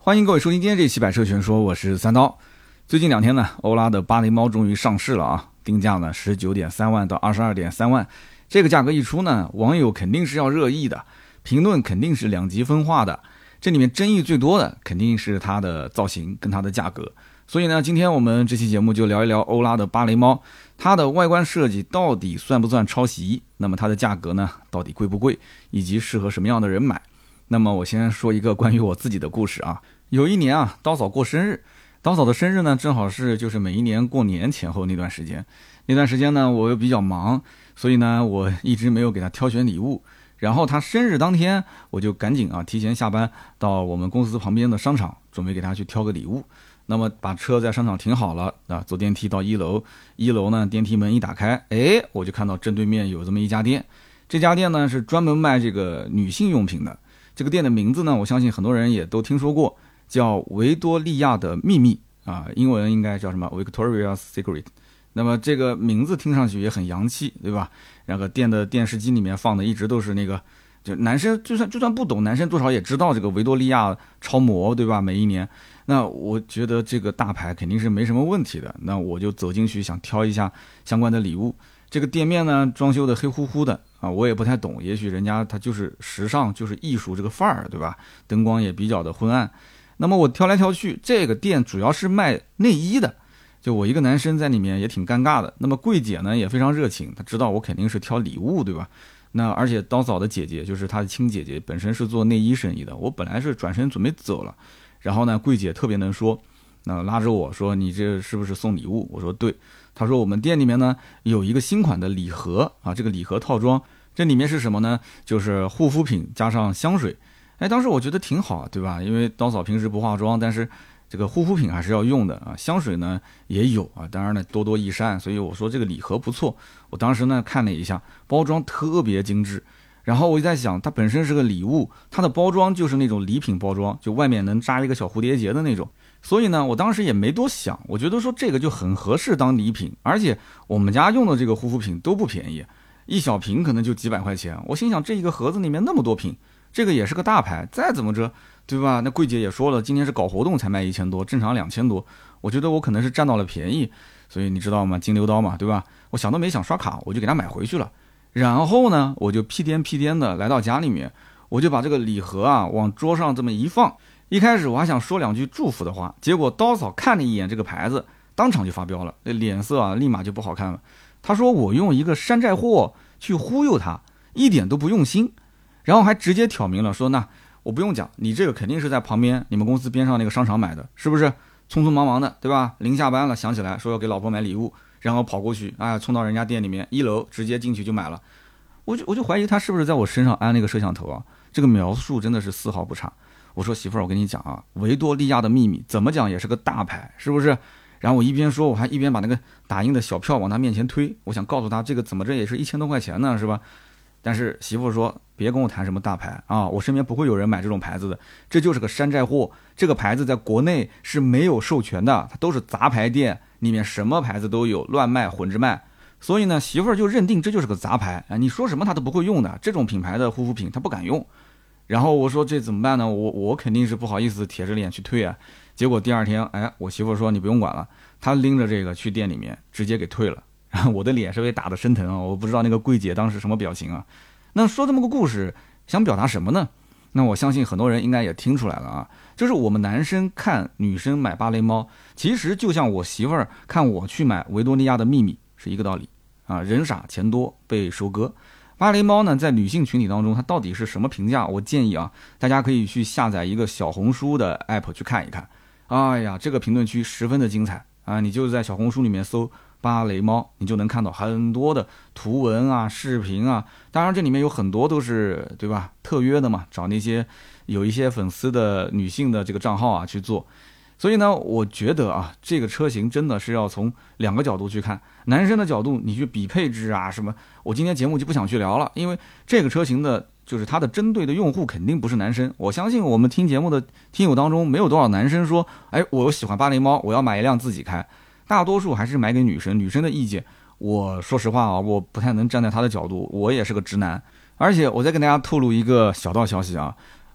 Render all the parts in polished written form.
欢迎各位收听今天这期百车全说，我是三刀。最近2天呢，欧拉的巴雷猫终于上市了啊，定价呢19.3万到22.3万。这个价格一出呢，网友肯定是要热议的，评论肯定是两极分化的。这里面争议最多的肯定是它的造型跟它的价格。所以呢，今天我们这期节目就聊一聊欧拉的巴雷猫，它的外观设计到底算不算抄袭？那么它的价格呢，到底贵不贵？以及适合什么样的人买？那么我先说一个关于我自己的故事啊。有一年啊，刀嫂过生日，刀嫂的生日呢，正好是就是每一年过年前后那段时间。那段时间呢，我又比较忙，所以呢，我一直没有给她挑选礼物。然后她生日当天，我就赶紧提前下班到我们公司旁边的商场，准备给她去挑个礼物。那么把车在商场停好了啊，坐电梯到1楼。1楼呢，电梯门一打开，我就看到正对面有这么一家店。这家店呢是专门卖这个女性用品的。这个店的名字呢，我相信很多人也都听说过，叫维多利亚的秘密啊，英文应该叫什么 Victoria's Secret。那么这个名字听上去也很洋气，对吧？然后店的电视机里面放的一直都是那个，就男生就算不懂，男生多少也知道这个维多利亚超模，对吧？每一年，那我觉得这个大牌肯定是没什么问题的。那我就走进去想挑一下相关的礼物。这个店面呢，装修的黑乎乎的啊，我也不太懂，也许人家他就是时尚，就是艺术这个范儿，对吧？灯光也比较的昏暗。那么我挑来挑去，这个店主要是卖内衣的，就我一个男生在里面也挺尴尬的。那么柜姐呢也非常热情，她知道我肯定是挑礼物，对吧？那而且刀嫂的姐姐就是她的亲姐姐，本身是做内衣生意的，我本来是转身准备走了，然后呢柜姐特别能说，那拉着我说你这是不是送礼物？我说对。他说我们店里面呢有一个新款的礼盒啊，这个礼盒套装，这里面是什么呢？就是护肤品加上香水。当时我觉得挺好，对吧？因为刀嫂平时不化妆，但是这个护肤品还是要用的啊，香水呢也有啊，当然呢多多益善，所以我说这个礼盒不错。我当时呢看了一下，包装特别精致。然后我就在想，它本身是个礼物，它的包装就是那种礼品包装，就外面能扎一个小蝴蝶结的那种。所以呢，我当时也没多想，我觉得说这个就很合适当礼品，而且我们家用的这个护肤品都不便宜，一小瓶可能就几百块钱。我心想这一个盒子里面那么多瓶，这个也是个大牌，再怎么着，对吧？那柜姐也说了，今天是搞活动才卖1000多，正常2000多。我觉得我可能是占到了便宜，所以你知道吗？金牛刀嘛，对吧？我想都没想刷卡，我就给他买回去了。然后呢，我就屁颠的来到家里面，我就把这个礼盒啊往桌上这么一放。一开始我还想说2句祝福的话，结果刀嫂看了一眼这个牌子，当场就发飙了，那脸色啊立马就不好看了。他说我用一个山寨货去忽悠他，一点都不用心，然后还直接挑明了说，那我不用讲，你这个肯定是在旁边你们公司边上那个商场买的，是不是？匆匆忙忙的，对吧？临下班了想起来说要给老婆买礼物，然后跑过去，冲到人家店里面1楼直接进去就买了。我就怀疑他是不是在我身上安那个摄像头啊？这个描述真的是丝毫不差。我说媳妇儿，我跟你讲啊，维多利亚的秘密怎么讲也是个大牌，是不是？然后我一边说，我还一边把那个打印的小票往他面前推，我想告诉他这个怎么着也是1000多块钱呢，是吧？但是媳妇说别跟我谈什么大牌啊，我身边不会有人买这种牌子的，这就是个山寨货，这个牌子在国内是没有授权的，它都是杂牌店，里面什么牌子都有，乱卖混着卖。所以呢，媳妇儿就认定这就是个杂牌啊，你说什么他都不会用的，这种品牌的护肤品他不敢用。然后我说这怎么办呢？我肯定是不好意思铁着脸去退啊。结果第2天，我媳妇说你不用管了，她拎着这个去店里面直接给退了。然后我的脸是被打得生疼啊，我不知道那个柜姐当时什么表情啊。那说这么个故事，想表达什么呢？那我相信很多人应该也听出来了啊，就是我们男生看女生买芭蕾猫，其实就像我媳妇儿看我去买维多利亚的秘密是一个道理啊，人傻钱多被收割。芭蕾猫呢，在女性群体当中，它到底是什么评价？我建议啊，大家可以去下载一个小红书的 app 去看一看。哎呀，这个评论区十分的精彩啊！你就在小红书里面搜芭蕾猫，你就能看到很多的图文啊、视频啊。当然，这里面有很多都是对吧？特约的嘛，找那些有一些粉丝的女性的这个账号啊去做。所以呢，我觉得啊，这个车型真的是要从2个角度去看。男生的角度，你去比配置啊什么，我今天节目就不想去聊了，因为这个车型的就是它的针对的用户肯定不是男生。我相信我们听节目的听友当中，没有多少男生说，我喜欢芭蕾猫，我要买一辆自己开。大多数还是买给女生，女生的意见，我说实话啊，我不太能站在她的角度，我也是个直男。而且我再跟大家透露一个小道消息啊。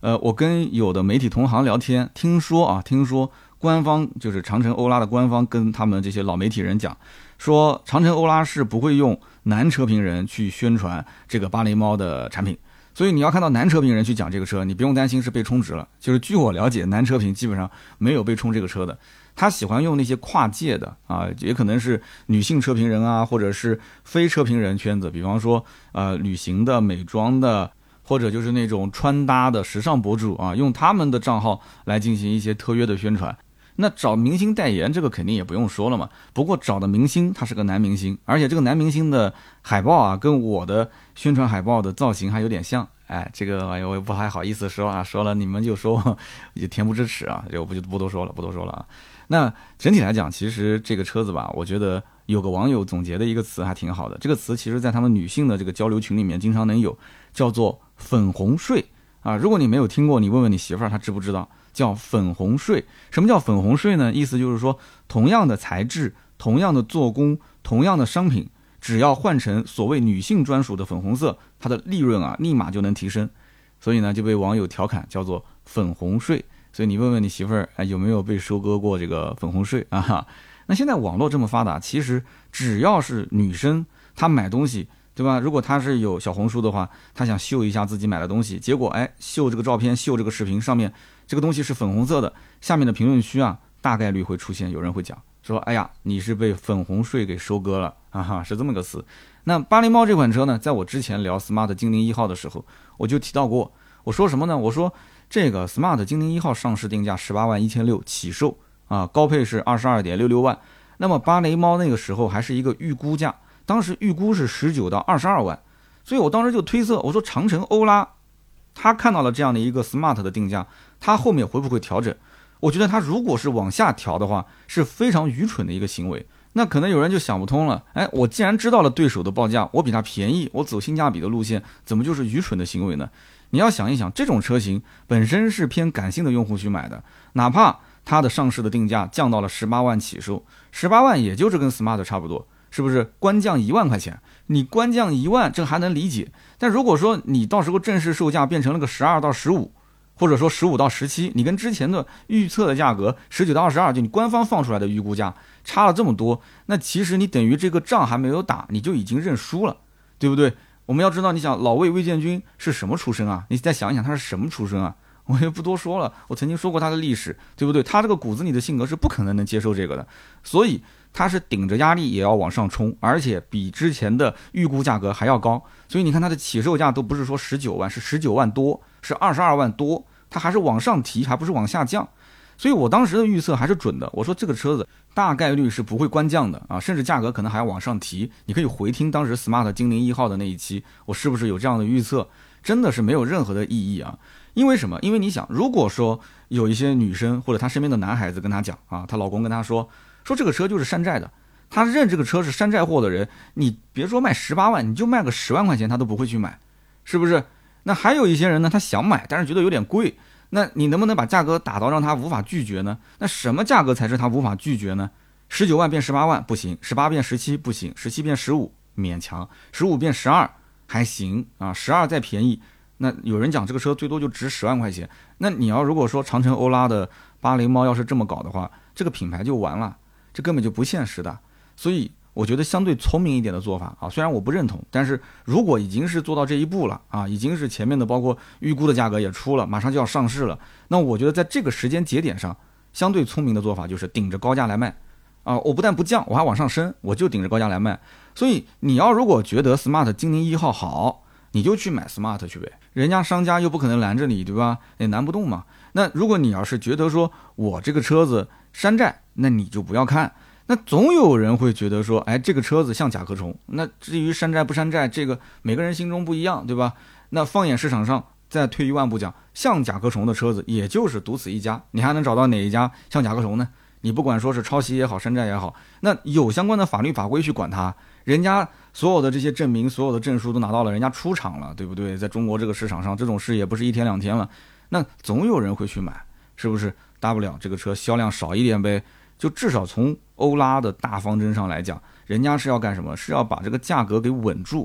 我跟有的媒体同行聊天，听说官方就是长城欧拉的官方跟他们这些老媒体人讲，说长城欧拉是不会用男车评人去宣传这个巴雷猫的产品。所以你要看到男车评人去讲这个车，你不用担心是被充值了。就是据我了解，男车评基本上没有被充这个车的。他喜欢用那些跨界的啊，也可能是女性车评人啊，或者是非车评人圈子，比方说旅行的、美妆的，或者就是那种穿搭的时尚博主啊，用他们的账号来进行一些特约的宣传。那找明星代言这个肯定也不用说了嘛。不过找的明星他是个男明星，而且这个男明星的海报啊，跟我的宣传海报的造型还有点像。哎，这个我也不还好意思说啊，说了你们就说也恬不知耻啊，这我就不多说了啊。那整体来讲，其实这个车子吧，我觉得有个网友总结的一个词还挺好的。这个词其实在他们女性的这个交流群里面经常能有，叫做粉红税啊。如果你没有听过，你问问你媳妇儿，她知不知道？叫粉红税。什么叫粉红税呢？意思就是说，同样的材质、同样的做工、同样的商品，只要换成所谓女性专属的粉红色，它的利润啊立马就能提升。所以呢，就被网友调侃叫做粉红税。所以你问问你媳妇儿，有没有被收割过这个粉红税啊？那现在网络这么发达，其实只要是女生她买东西，对吧？如果她是有小红书的话，她想秀一下自己买的东西，结果秀这个照片、秀这个视频，上面这个东西是粉红色的，下面的评论区啊，大概率会出现有人会讲说，哎呀，你是被粉红税给收割了啊，是这么个词。那巴黎猫这款车呢，在我之前聊 Smart 精灵1号的时候，我就提到过，我说什么呢？我说这个 Smart 精灵1号上市定价181600起售啊，高配是22.66万。那么巴雷猫那个时候还是一个预估价，当时预估是19到22万，所以我当时就推测，我说长城欧拉他看到了这样的一个 Smart 的定价，他后面会不会调整？我觉得他如果是往下调的话，是非常愚蠢的一个行为。那可能有人就想不通了，我既然知道了对手的报价，我比他便宜，我走性价比的路线，怎么就是愚蠢的行为呢？你要想一想，这种车型本身是偏感性的用户去买的，哪怕它的上市的定价降到了18万起售，18万也就是跟 Smart 差不多，是不是？官降1万块钱，你官降1万，这还能理解。但如果说你到时候正式售价变成了个12到15，或者说15到17，你跟之前的预测的价格19到22，就你官方放出来的预估价差了这么多，那其实你等于这个仗还没有打，你就已经认输了，对不对？我们要知道，你想老魏建军是什么出身啊？你再想一想他是什么出身啊？我也不多说了，我曾经说过他的历史，对不对？他这个骨子里的性格是不可能接受这个的，所以他是顶着压力也要往上冲，而且比之前的预估价格还要高。所以你看他的起售价都不是说19万，是19万多，是22万多，他还是往上提，还不是往下降。所以我当时的预测还是准的，我说这个车子大概率是不会官降的啊，甚至价格可能还要往上提。你可以回听当时 Smart 精灵1号的那一期，我是不是有这样的预测？真的是没有任何的意义啊！因为什么？因为你想，如果说有一些女生或者她身边的男孩子跟她讲啊，她老公跟她说这个车就是山寨的，她认这个车是山寨货的人，你别说卖18万，你就卖个10万块钱她都不会去买，是不是？那还有一些人呢，他想买，但是觉得有点贵。那你能不能把价格打到让他无法拒绝呢？那什么价格才是他无法拒绝呢？19万变18万不行，18变17不行，17变15勉强，15变12还行啊，12再便宜。那有人讲这个车最多就值10万块钱，那你要如果说长城欧拉的巴雷猫要是这么搞的话，这个品牌就完了，这根本就不现实的。所以我觉得相对聪明一点的做法啊，虽然我不认同，但是如果已经是做到这一步了啊，已经是前面的包括预估的价格也出了，马上就要上市了，那我觉得在这个时间节点上，相对聪明的做法就是顶着高价来卖啊，我不但不降，我还往上升，我就顶着高价来卖。所以你要如果觉得 Smart 精灵1号好，你就去买 Smart 去呗，人家商家又不可能拦着你，对吧？也难不动嘛。那如果你要是觉得说我这个车子山寨，那你就不要看。那总有人会觉得说，这个车子像甲壳虫。那至于山寨不山寨，这个每个人心中不一样，对吧？那放眼市场上，再退一万步讲，像甲壳虫的车子也就是独此一家，你还能找到哪一家像甲壳虫呢？你不管说是抄袭也好，山寨也好，那有相关的法律法规去管它，人家所有的这些证明、所有的证书都拿到了，人家出厂了，对不对？在中国这个市场上，这种事也不是一天两天了，那总有人会去买，是不是？大不了这个车销量少一点呗。就至少从欧拉的大方针上来讲，人家是要干什么？是要把这个价格给稳住。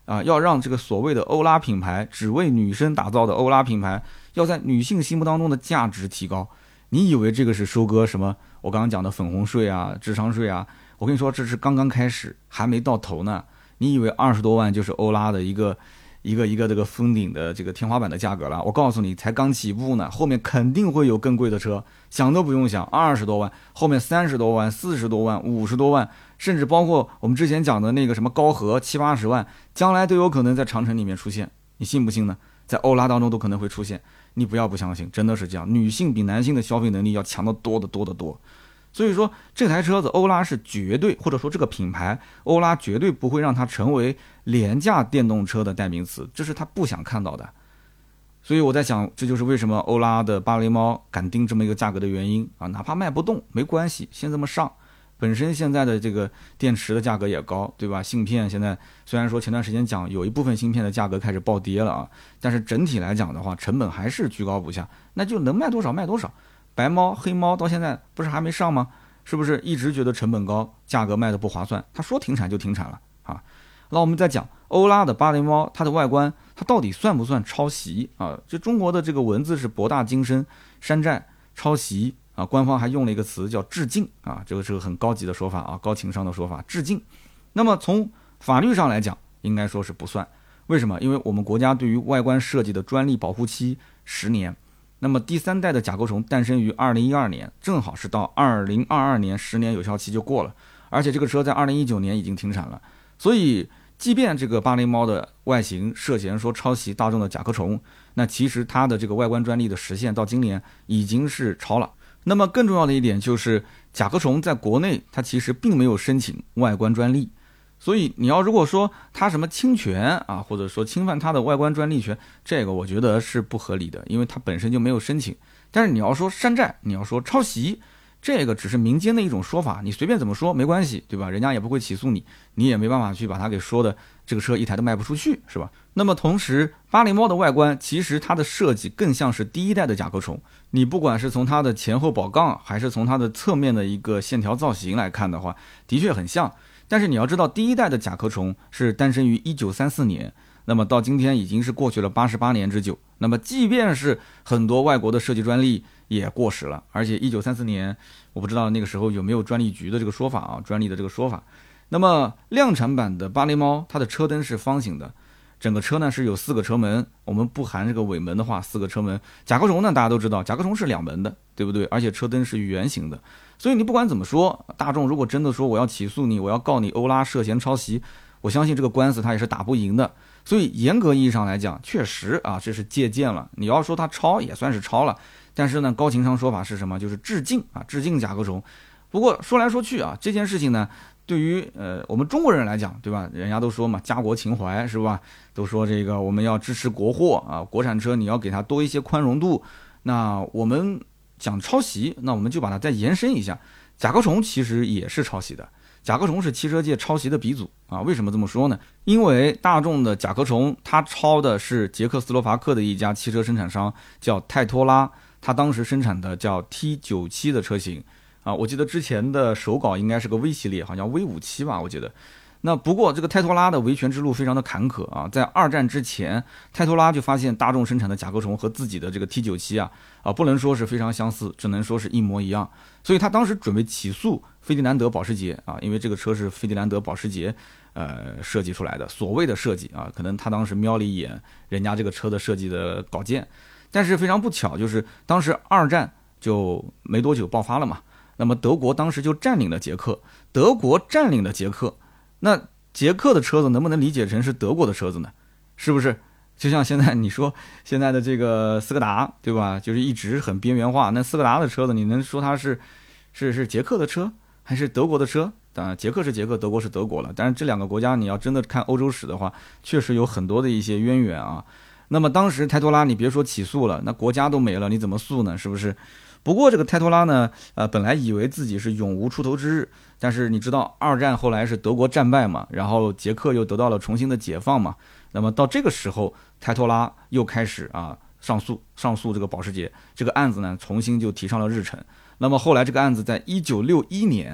要让这个所谓的欧拉品牌，只为女生打造的欧拉品牌，要在女性心目当中的价值提高。你以为这个是收割什么？我刚刚讲的粉红税啊、智商税啊，我跟你说这是刚刚开始，还没到头呢。你以为20多万就是欧拉的一个这个封顶的这个天花板的价格了？我告诉你，才刚起步呢，后面肯定会有更贵的车，想都不用想，20多万，后面30多万、40多万、50多万，甚至包括我们之前讲的那个什么高和70、80万，将来都有可能在长城里面出现，你信不信呢？在欧拉当中都可能会出现，你不要不相信，真的是这样，女性比男性的消费能力要强得多得多得多。所以说这台车子欧拉是绝对，或者说这个品牌欧拉绝对不会让它成为廉价电动车的代名词，这是他不想看到的。所以我在想，这就是为什么欧拉的芭蕾猫敢定这么一个价格的原因啊，哪怕卖不动没关系，先这么上。本身现在的这个电池的价格也高，对吧？芯片现在虽然说前段时间讲有一部分芯片的价格开始暴跌了啊，但是整体来讲的话，成本还是居高不下，那就能卖多少卖多少。白猫黑猫到现在不是还没上吗？是不是一直觉得成本高，价格卖的不划算？他说停产就停产了啊。那我们再讲欧拉的芭蕾猫，它的外观它到底算不算抄袭啊？这中国的这个文字是博大精深，山寨抄袭啊，官方还用了一个词叫致敬啊，这个是个很高级的说法啊，高情商的说法，致敬。那么从法律上来讲，应该说是不算。为什么？因为我们国家对于外观设计的专利保护期10年。那么第3代的甲壳虫诞生于2012年，正好是到2022年10年有效期就过了，而且这个车在2019年已经停产了。所以即便这个芭蕾猫的外形涉嫌说抄袭大众的甲壳虫，那其实它的这个外观专利的时限到今年已经是超了。那么更重要的一点就是甲壳虫在国内它其实并没有申请外观专利，所以你要如果说它什么侵权啊，或者说侵犯它的外观专利权，这个我觉得是不合理的，因为它本身就没有申请。但是你要说山寨，你要说抄袭，这个只是民间的一种说法，你随便怎么说没关系，对吧？人家也不会起诉你，你也没办法去把它给说的这个车一台都卖不出去，是吧？那么同时芭蕾猫的外观其实它的设计更像是第1代的甲壳虫，你不管是从它的前后宝杠还是从它的侧面的一个线条造型来看的话，的确很像。但是你要知道，第1代的甲壳虫是诞生于1934年，那么到今天已经是过去了88年之久。那么即便是很多外国的设计专利也过时了，而且1934年我不知道那个时候有没有专利局的这个说法啊，专利的这个说法。那么量产版的芭蕾猫，它的车灯是方形的，整个车呢是有4个车门，我们不含这个尾门的话，4个车门。甲壳虫呢大家都知道，甲壳虫是2门的，对不对？而且车灯是圆形的。所以你不管怎么说，大众如果真的说我要起诉你，我要告你欧拉涉嫌抄袭，我相信这个官司他也是打不赢的。所以严格意义上来讲，确实啊，这是借鉴了。你要说他抄也算是抄了，但是呢，高情商说法是什么？就是致敬啊，致敬甲壳虫。不过说来说去啊，这件事情呢，对于我们中国人来讲，对吧？人家都说嘛，家国情怀是吧？都说这个我们要支持国货啊，国产车你要给它多一些宽容度。那我们讲抄袭，那我们就把它再延伸一下，甲壳虫其实也是抄袭的。甲壳虫是汽车界抄袭的鼻祖啊！为什么这么说呢？因为大众的甲壳虫，它抄的是捷克斯洛伐克的一家汽车生产商，叫泰托拉，它当时生产的叫 T97 的车型啊。我记得之前的手稿应该是个 V 系列，好像 V57吧，我记得。那不过这个泰托拉的维权之路非常的坎坷啊，在2战之前，泰托拉就发现大众生产的甲壳虫和自己的这个 T97 不能说是非常相似，只能说是一模一样，所以他当时准备起诉费迪南德保时捷啊，因为这个车是费迪南德保时捷设计出来的，所谓的设计啊，可能他当时瞄了一眼人家这个车的设计的稿件，但是非常不巧，就是当时2战就没多久爆发了嘛，那么德国当时就占领了捷克，德国占领了捷克。那捷克的车子能不能理解成是德国的车子呢？是不是？就像现在你说现在的这个斯柯达，对吧？就是一直很边缘化。那斯柯达的车子，你能说它是捷克的车还是德国的车？当然，捷克是捷克，德国是德国了。但是这2个国家，你要真的看欧洲史的话，确实有很多的一些渊源啊。那么当时泰托拉，你别说起诉了，那国家都没了，你怎么诉呢？是不是？不过这个泰托拉呢，本来以为自己是永无出头之日，但是你知道2战后来是德国战败嘛，然后捷克又得到了重新的解放嘛，那么到这个时候，泰托拉又开始上诉这个保时捷这个案子呢，重新就提上了日程。那么后来这个案子在1961年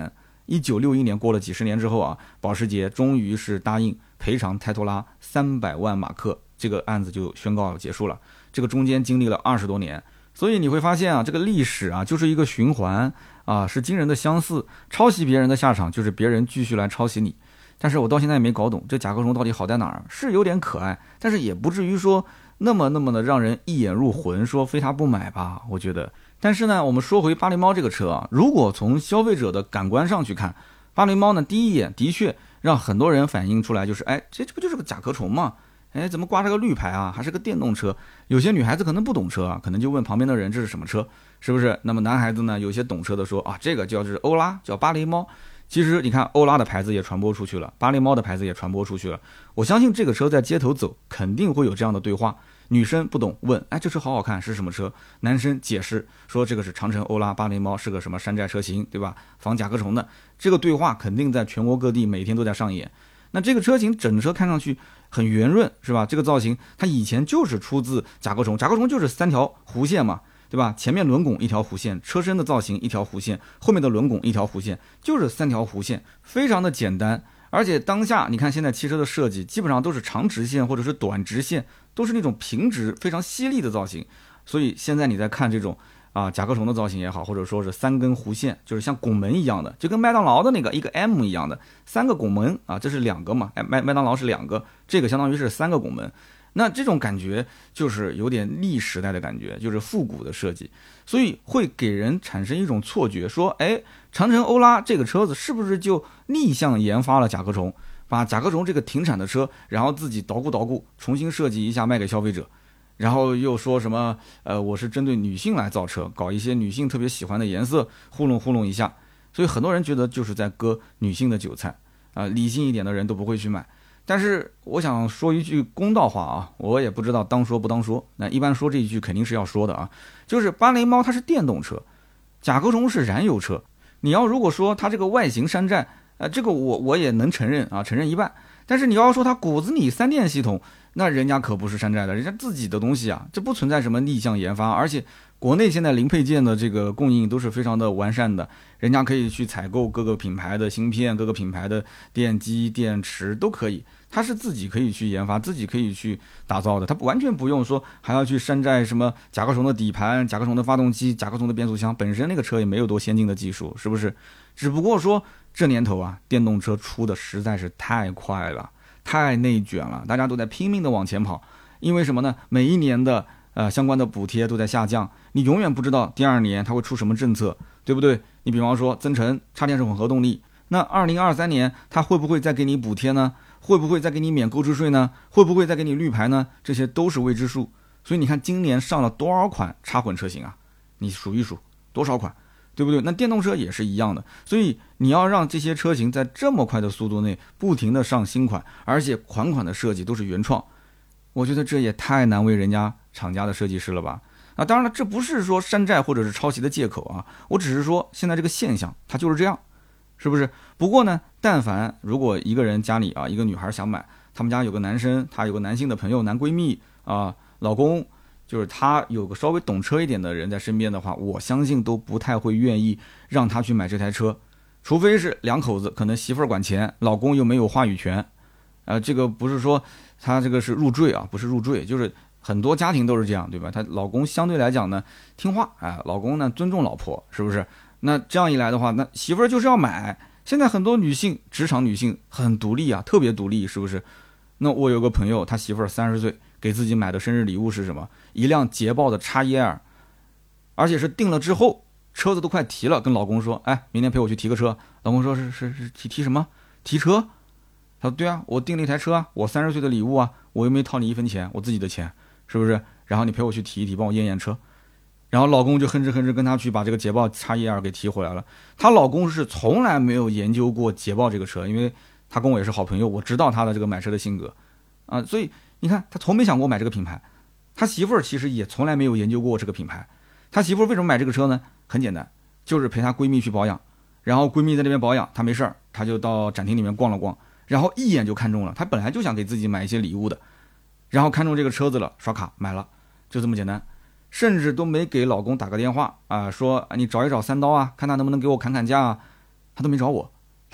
1961年过了几十年之后啊，保时捷终于是答应赔偿泰托拉300万马克，这个案子就宣告结束了。这个中间经历了20多年，所以你会发现啊，这个历史啊就是一个循环啊，是惊人的相似。抄袭别人的下场就是别人继续来抄袭你。但是我到现在也没搞懂这甲壳虫到底好在哪儿，是有点可爱，但是也不至于说那么的让人一眼入魂，说非他不买吧，我觉得。但是呢，我们说回巴黎猫这个车啊，如果从消费者的感官上去看，巴黎猫呢，第一眼的确让很多人反映出来，就是哎，这不就是个甲壳虫吗？哎，怎么挂着个绿牌啊？还是个电动车？有些女孩子可能不懂车啊，可能就问旁边的人这是什么车，是不是？那么男孩子呢，有些懂车的说啊，这个叫是欧拉，叫巴黎猫。其实你看，欧拉的牌子也传播出去了，巴黎猫的牌子也传播出去了。我相信这个车在街头走，肯定会有这样的对话。女生不懂问，哎，这车好好看，是什么车？男生解释说这个是长城欧拉巴黎猫，是个什么山寨车型，对吧？防甲壳虫的。这个对话肯定在全国各地每天都在上演。那这个车型整车看上去很圆润，是吧？这个造型它以前就是出自甲壳虫，甲壳虫就是3条弧线嘛，对吧？前面轮拱一条弧线，车身的造型一条弧线，后面的轮拱一条弧线，就是3条弧线，非常的简单。而且当下你看现在汽车的设计基本上都是长直线或者是短直线，都是那种平直非常犀利的造型。所以现在你在看这种甲壳虫的造型也好，或者说是3根弧线，就是像拱门一样的，就跟麦当劳的那个一个 M 一样的3个拱门啊，这是2个嘛，麦当劳是2个，这个相当于是3个拱门。那这种感觉就是有点历时代的感觉，就是复古的设计，所以会给人产生一种错觉，说，哎，长城欧拉这个车子是不是就逆向研发了甲壳虫，把甲壳虫这个停产的车，然后自己捣鼓，重新设计一下卖给消费者，然后又说什么，我是针对女性来造车，搞一些女性特别喜欢的颜色，糊弄一下，所以很多人觉得就是在割女性的韭菜啊，理性一点的人都不会去买。但是我想说一句公道话啊，我也不知道当说不当说。那一般说这一句肯定是要说的啊，就是巴黎猫它是电动车，甲壳虫是燃油车。你要如果说它这个外形山寨，这个我也能承认啊，承认一半。但是你要说它骨子里3电系统，那人家可不是山寨的，人家自己的东西啊，这不存在什么逆向研发，而且国内现在零配件的这个供应都是非常的完善的，人家可以去采购各个品牌的芯片，各个品牌的电机、电池都可以，它是自己可以去研发，自己可以去打造的，它完全不用说还要去山寨什么甲壳虫的底盘、甲壳虫的发动机、甲壳虫的变速箱，本身那个车也没有多先进的技术，是不是？只不过说这年头啊，电动车出的实在是太快了，太内卷了，大家都在拼命的往前跑。因为什么呢？每一年的相关的补贴都在下降，你永远不知道第2年它会出什么政策，对不对？你比方说增程、插电式混合动力，那2023年它会不会再给你补贴呢？会不会再给你免购置税呢？会不会再给你绿牌呢？这些都是未知数。所以你看今年上了多少款插混车型啊？你数一数多少款，对不对？那电动车也是一样的，所以你要让这些车型在这么快的速度内不停的上新款，而且款款的设计都是原创，我觉得这也太难为人家厂家的设计师了吧？当然了，这不是说山寨或者是抄袭的借口啊，我只是说现在这个现象它就是这样，是不是？不过呢，但凡如果一个人家里啊，一个女孩想买，他们家有个男生，他有个男性的朋友、男闺蜜啊、老公，就是他有个稍微懂车一点的人在身边的话，我相信都不太会愿意让他去买这台车，除非是2口子，可能媳妇儿管钱，老公又没有话语权。这个不是说他这个是入赘啊，不是入赘，就是很多家庭都是这样，对吧？他老公相对来讲呢听话，老公呢尊重老婆，是不是？那这样一来的话，那媳妇儿就是要买。现在很多女性，职场女性很独立啊，特别独立，是不是？那我有个朋友，他媳妇儿30岁，给自己买的生日礼物是什么？一辆捷豹的 XEL， 而且是定了之后，车子都快提了，跟老公说，哎，明天陪我去提个车。老公说是提什么？提车？他说对啊，我订了一台车啊，我30岁的礼物啊，我又没掏你1分钱，我自己的钱，是不是？然后你陪我去提一提，帮我验车。然后老公就哼哧跟他去把这个捷豹 XEL 给提回来了。她老公是从来没有研究过捷豹这个车，因为他跟我也是好朋友，我知道他的这个买车的性格啊，所以你看他从没想过买这个品牌。他媳妇儿其实也从来没有研究过这个品牌。他媳妇儿为什么买这个车呢？很简单，就是陪她闺蜜去保养，然后闺蜜在那边保养，她没事儿，她就到展厅里面逛了逛，然后一眼就看中了。她本来就想给自己买一些礼物的，然后看中这个车子了，刷卡买了，就这么简单。甚至都没给老公打个电话啊，说你找一找3刀啊，看他能不能给我砍价啊，他都没找我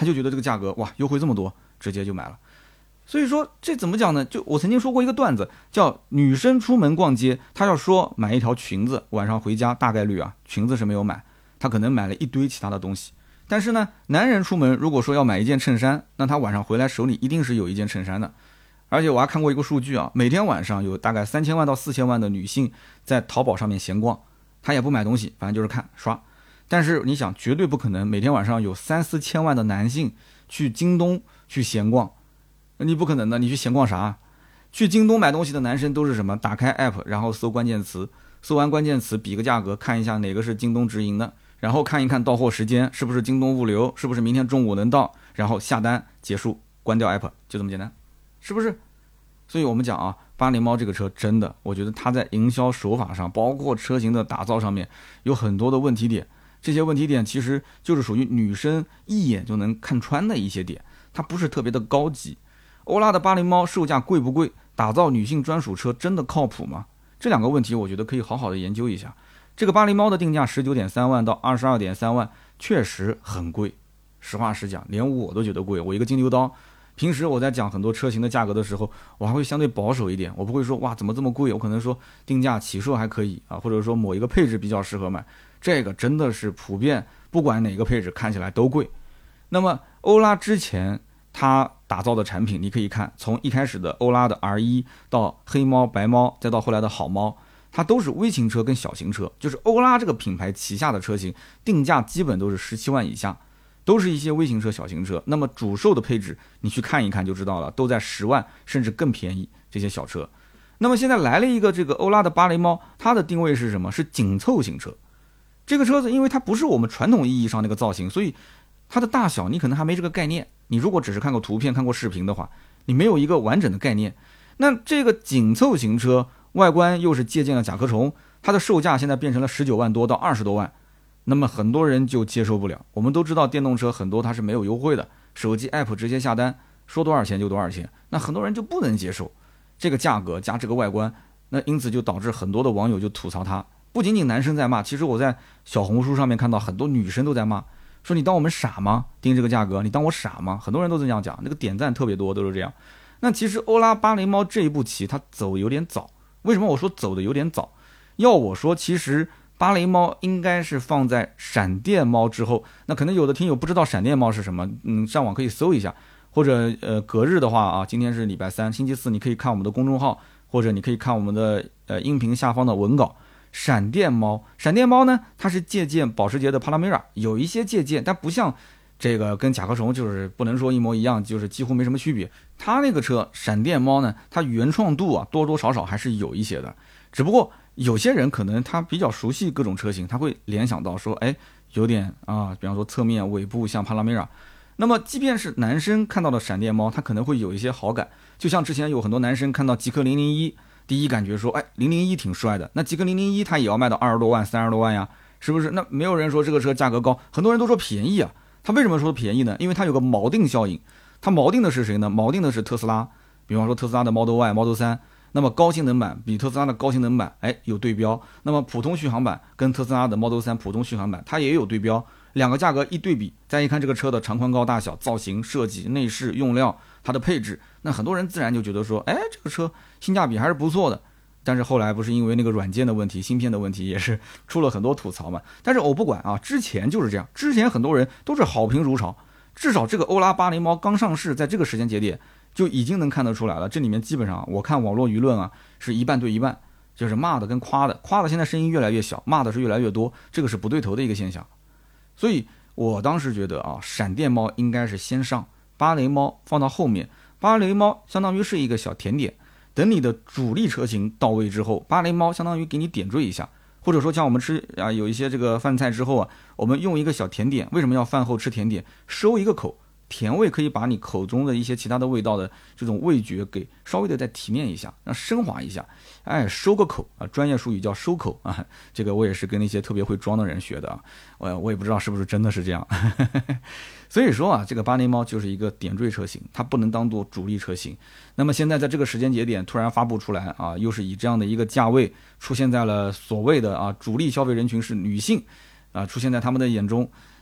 他就觉得这个价格哇优惠这么多，直接就买了。所以说这怎么讲呢？就我曾经说过一个段子，叫女生出门逛街，她要说买一条裙子，晚上回家大概率啊裙子是没有买，她可能买了一堆其他的东西。但是呢，男人出门如果说要买一件衬衫，那他晚上回来手里一定是有一件衬衫的。而且我还看过一个数据啊，每天晚上有大概3000万到4000万的女性在淘宝上面闲逛，她也不买东西，反正就是看刷。但是你想，绝对不可能每天晚上有3-4千万的男性去京东去闲逛，你不可能的。你去闲逛啥？去京东买东西的男生都是什么？打开 app， 然后搜关键词，搜完关键词比个价格，看一下哪个是京东直营的，然后看一看到货时间是不是京东物流，是不是明天中午能到，然后下单结束，关掉 app， 就这么简单，是不是？所以我们讲啊，巴黎猫这个车真的，我觉得它在营销手法上，包括车型的打造上面，有很多的问题点。这些问题点其实就是属于女生一眼就能看穿的一些点，它不是特别的高级。欧拉的巴黎猫售价贵不贵？打造女性专属车真的靠谱吗？这两个问题我觉得可以好好的研究一下。这个巴黎猫的定价19.3万到22.3万确实很贵，实话实讲，连我都觉得贵。我一个金牛刀，平时我在讲很多车型的价格的时候，我还会相对保守一点，我不会说哇怎么这么贵，我可能说定价起售还可以啊，或者说某一个配置比较适合买。这个真的是普遍，不管哪个配置看起来都贵。那么欧拉之前它打造的产品，你可以看从一开始的欧拉的 R1 到黑猫白猫，再到后来的好猫，它都是微型车跟小型车，就是欧拉这个品牌旗下的车型定价基本都是17万以下，都是一些微型车小型车。那么主售的配置你去看一看就知道了，都在10万甚至更便宜这些小车。那么现在来了一个这个欧拉的巴黎猫，它的定位是什么？是紧凑型车。这个车子因为它不是我们传统意义上那个造型，所以它的大小你可能还没这个概念。你如果只是看过图片看过视频的话，你没有一个完整的概念。那这个紧凑型车外观又是借鉴了甲壳虫，它的售价现在变成了19万多到20多万，那么很多人就接受不了。我们都知道电动车很多它是没有优惠的，手机 app 直接下单，说多少钱就多少钱，那很多人就不能接受这个价格加这个外观，那因此就导致很多的网友就吐槽它。不仅仅男生在骂，其实我在小红书上面看到很多女生都在骂，说你当我们傻吗？定这个价格，你当我傻吗？很多人都这样讲，那个点赞特别多，都是这样。那其实欧拉巴黎猫这一步棋它走有点早。为什么我说走的有点早？要我说，其实巴黎猫应该是放在闪电猫之后。那可能有的听友不知道闪电猫是什么，上网可以搜一下，或者隔日的话啊，今天是礼拜3，星期4你可以看我们的公众号，或者你可以看我们的音频下方的文稿。闪电猫呢，它是借鉴保时捷的帕拉梅拉，有一些借鉴，但不像这个跟甲壳虫就是不能说一模一样，就是几乎没什么区别。它那个车闪电猫呢，它原创度啊多多少少还是有一些的，只不过有些人可能他比较熟悉各种车型，他会联想到说，哎，有点啊，比方说侧面尾部像帕拉梅拉。那么即便是男生看到的闪电猫，他可能会有一些好感，就像之前有很多男生看到极氪001。第一感觉说，哎，001挺帅的，那极氪001它也要卖到20多万、30多万呀，是不是？那没有人说这个车价格高，很多人都说便宜啊。它为什么说便宜呢？因为它有个锚定效应。它锚定的是谁呢？锚定的是特斯拉。比方说特斯拉的 Model Y、Model 3，那么高性能版比特斯拉的高性能版，哎，有对标。那么普通续航版跟特斯拉的 Model 3普通续航版，它也有对标。两个价格一对比，再一看这个车的长宽高大小、造型设计、内饰用料、它的配置，那很多人自然就觉得说，哎，这个车性价比还是不错的。但是后来不是因为那个软件的问题、芯片的问题，也是出了很多吐槽嘛。但是我不管啊，之前就是这样，之前很多人都是好评如潮。至少这个欧拉巴黎猫刚上市，在这个时间节点就已经能看得出来了。这里面基本上我看网络舆论啊是一半对一半，就是骂的跟夸的，夸的现在声音越来越小，骂的是越来越多，这个是不对头的一个现象。所以我当时觉得啊，闪电猫应该是先上，巴黎猫放到后面。巴黎猫相当于是一个小甜点，等你的主力车型到位之后，巴黎猫相当于给你点缀一下。或者说像我们吃啊，有一些这个饭菜之后啊，我们用一个小甜点，为什么要饭后吃甜点？收一个口，甜味可以把你口中的一些其他的味道的这种味觉给稍微的再提炼一下，让升华一下，哎，收个口啊，专业术语叫收口啊，这个我也是跟那些特别会装的人学的啊，我也不知道是不是真的是这样。所以说啊，这个巴黎猫就是一个点缀车型，它不能当做主力车型。那么现在在这个时间节点突然发布出来啊，又是以这样的一个价位出现在了所谓的啊主力消费人群是女性啊，出现在他们的眼中。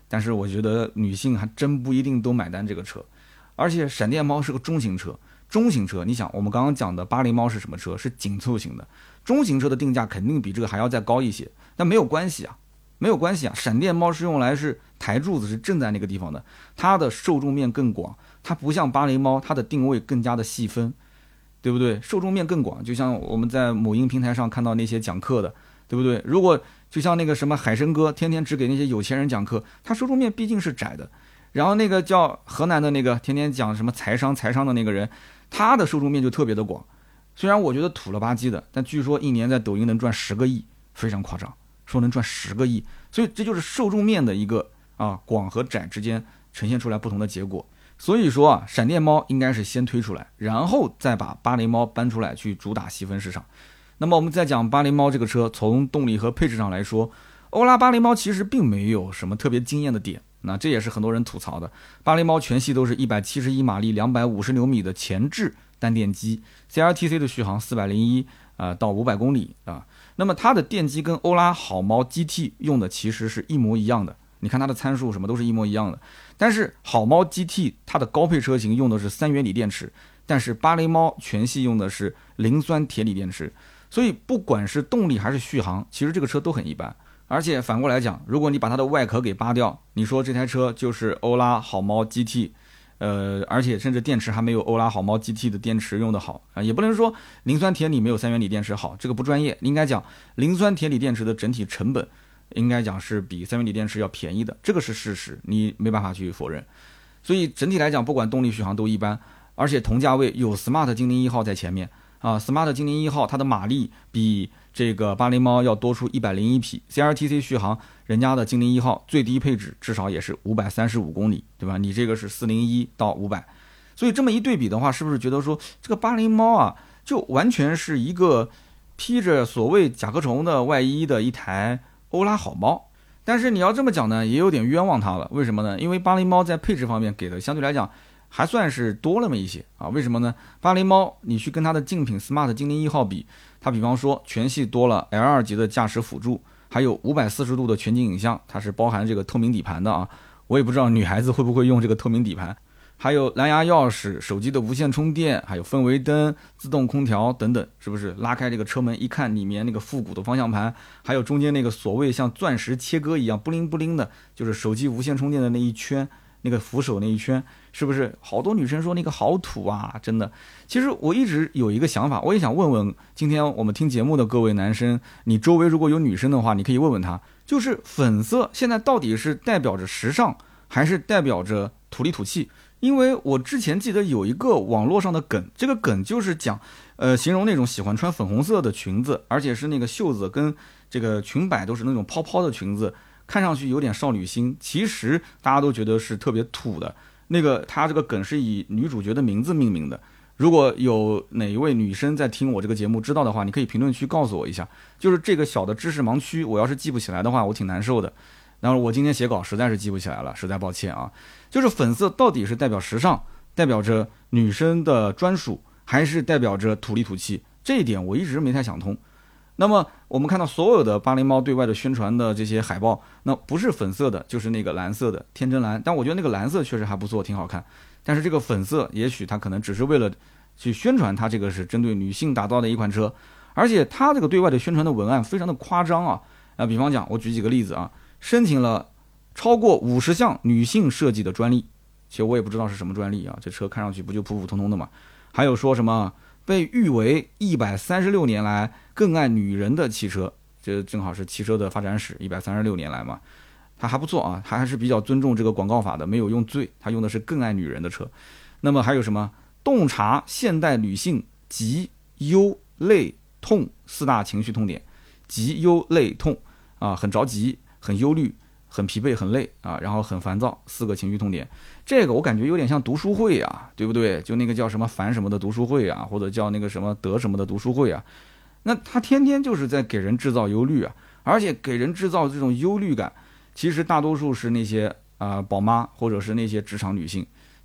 但是我觉得女性还真不一定都买单这个车。而且闪电猫是个中型车，你想我们刚刚讲的巴黎猫是什么车？是紧凑型的，中型车的定价肯定比这个还要再高一些。但没有关系啊，闪电猫是用来是台柱子是正在那个地方的，它的受众面更广，它不像巴黎猫，它的定位更加的细分，对不对？受众面更广，就像我们在某音平台上看到那些讲课的，对不对？如果就像那个什么海参哥，天天只给那些有钱人讲课，他受众面毕竟是窄的。然后那个叫河南的那个天天讲什么财商的那个人，他的受众面就特别的广。虽然我觉得土了吧唧的，但据说一年在抖音能赚10个亿，非常夸张，说能赚10个亿。所以这就是受众面的一个广和窄之间呈现出来不同的结果。所以说闪电猫应该是先推出来，然后再把巴黎猫搬出来去主打细分市场。那么我们再讲巴黎猫这个车，从动力和配置上来说，欧拉巴黎猫其实并没有什么特别惊艳的点。那这也是很多人吐槽的，巴黎猫全系都是171马力250牛米的前置单电机 ，CLTC 的续航401到500公里啊。那么它的电机跟欧拉好猫 GT 用的其实是一模一样的，你看它的参数什么都是一模一样的。但是好猫 GT 它的高配车型用的是3元锂电池，但是巴黎猫全系用的是磷酸铁锂电池，所以不管是动力还是续航，其实这个车都很一般。而且反过来讲，如果你把它的外壳给扒掉，你说这台车就是欧拉好猫 GT， 而且甚至电池还没有欧拉好猫 GT 的电池用的好啊，也不能说磷酸铁锂没有3元锂电池好，这个不专业，应该讲磷酸铁锂电池的整体成本应该讲是比3元锂电池要便宜的，这个是事实，你没办法去否认。所以整体来讲，不管动力续航都一般，而且同价位有 Smart 精灵1号在前面啊 ，Smart 精灵1号它的马力比这个巴黎猫要多出101匹 ，CLTC 续航，人家的精灵1号最低配置至少也是535公里，对吧？你这个是401到500，所以这么一对比的话，是不是觉得说这个巴黎猫啊，就完全是一个披着所谓甲壳虫的外衣的一台欧拉好猫？但是你要这么讲呢，也有点冤枉它了。为什么呢？因为巴黎猫在配置方面给的相对来讲还算是多那么一些啊。为什么呢？巴黎猫你去跟它的竞品 Smart 精灵1号比，它比方说全系多了 L2 级的驾驶辅助，还有540度的全景影像，它是包含这个透明底盘的啊。我也不知道女孩子会不会用这个透明底盘，还有蓝牙钥匙、手机的无线充电，还有氛围灯、自动空调等等，是不是？拉开这个车门一看，里面那个复古的方向盘，还有中间那个所谓像钻石切割一样布灵布灵的，就是手机无线充电的那一圈，那个扶手那一圈，是不是？好多女生说那个好土啊，真的。其实我一直有一个想法，我也想问问今天我们听节目的各位男生，你周围如果有女生的话，你可以问问她，就是粉色现在到底是代表着时尚，还是代表着土里土气？因为我之前记得有一个网络上的梗，这个梗就是讲，形容那种喜欢穿粉红色的裙子，而且是那个袖子跟这个裙摆都是那种泡泡的裙子，看上去有点少女心，其实大家都觉得是特别土的。那个他这个梗是以女主角的名字命名的。如果有哪一位女生在听我这个节目知道的话，你可以评论区告诉我一下。就是这个小的知识盲区，我要是记不起来的话，我挺难受的。然后我今天写稿实在是记不起来了，实在抱歉啊。就是粉色到底是代表时尚，代表着女生的专属，还是代表着土里土气？这一点我一直没太想通。那么我们看到所有的巴黎猫对外的宣传的这些海报，那不是粉色的就是那个蓝色的天真蓝，但我觉得那个蓝色确实还不错，挺好看。但是这个粉色也许它可能只是为了去宣传它这个是针对女性打造的一款车，而且它这个对外的宣传的文案非常的夸张啊。比方讲，我举几个例子啊，申请了超过50项女性设计的专利，其实我也不知道是什么专利啊，这车看上去不就普普通通的嘛。还有说什么被誉为136年来更爱女人的汽车，这正好是汽车的发展史，136年来嘛，它还不错啊，它还是比较尊重这个广告法的，没有用最，它用的是更爱女人的车。那么还有什么洞察现代女性急忧累痛4大情绪痛点，急忧累痛啊，很着急，很忧虑，很疲惫，很累啊，然后很烦躁，4个情绪痛点。这个我感觉有点像读书会啊，对不对？就那个叫什么烦什么的读书会啊，或者叫那个什么得什么的读书会啊，那他天天就是在给人制造忧虑啊，而且给人制造这种忧虑感，其实大多数是那些宝妈或者是那些职场女性。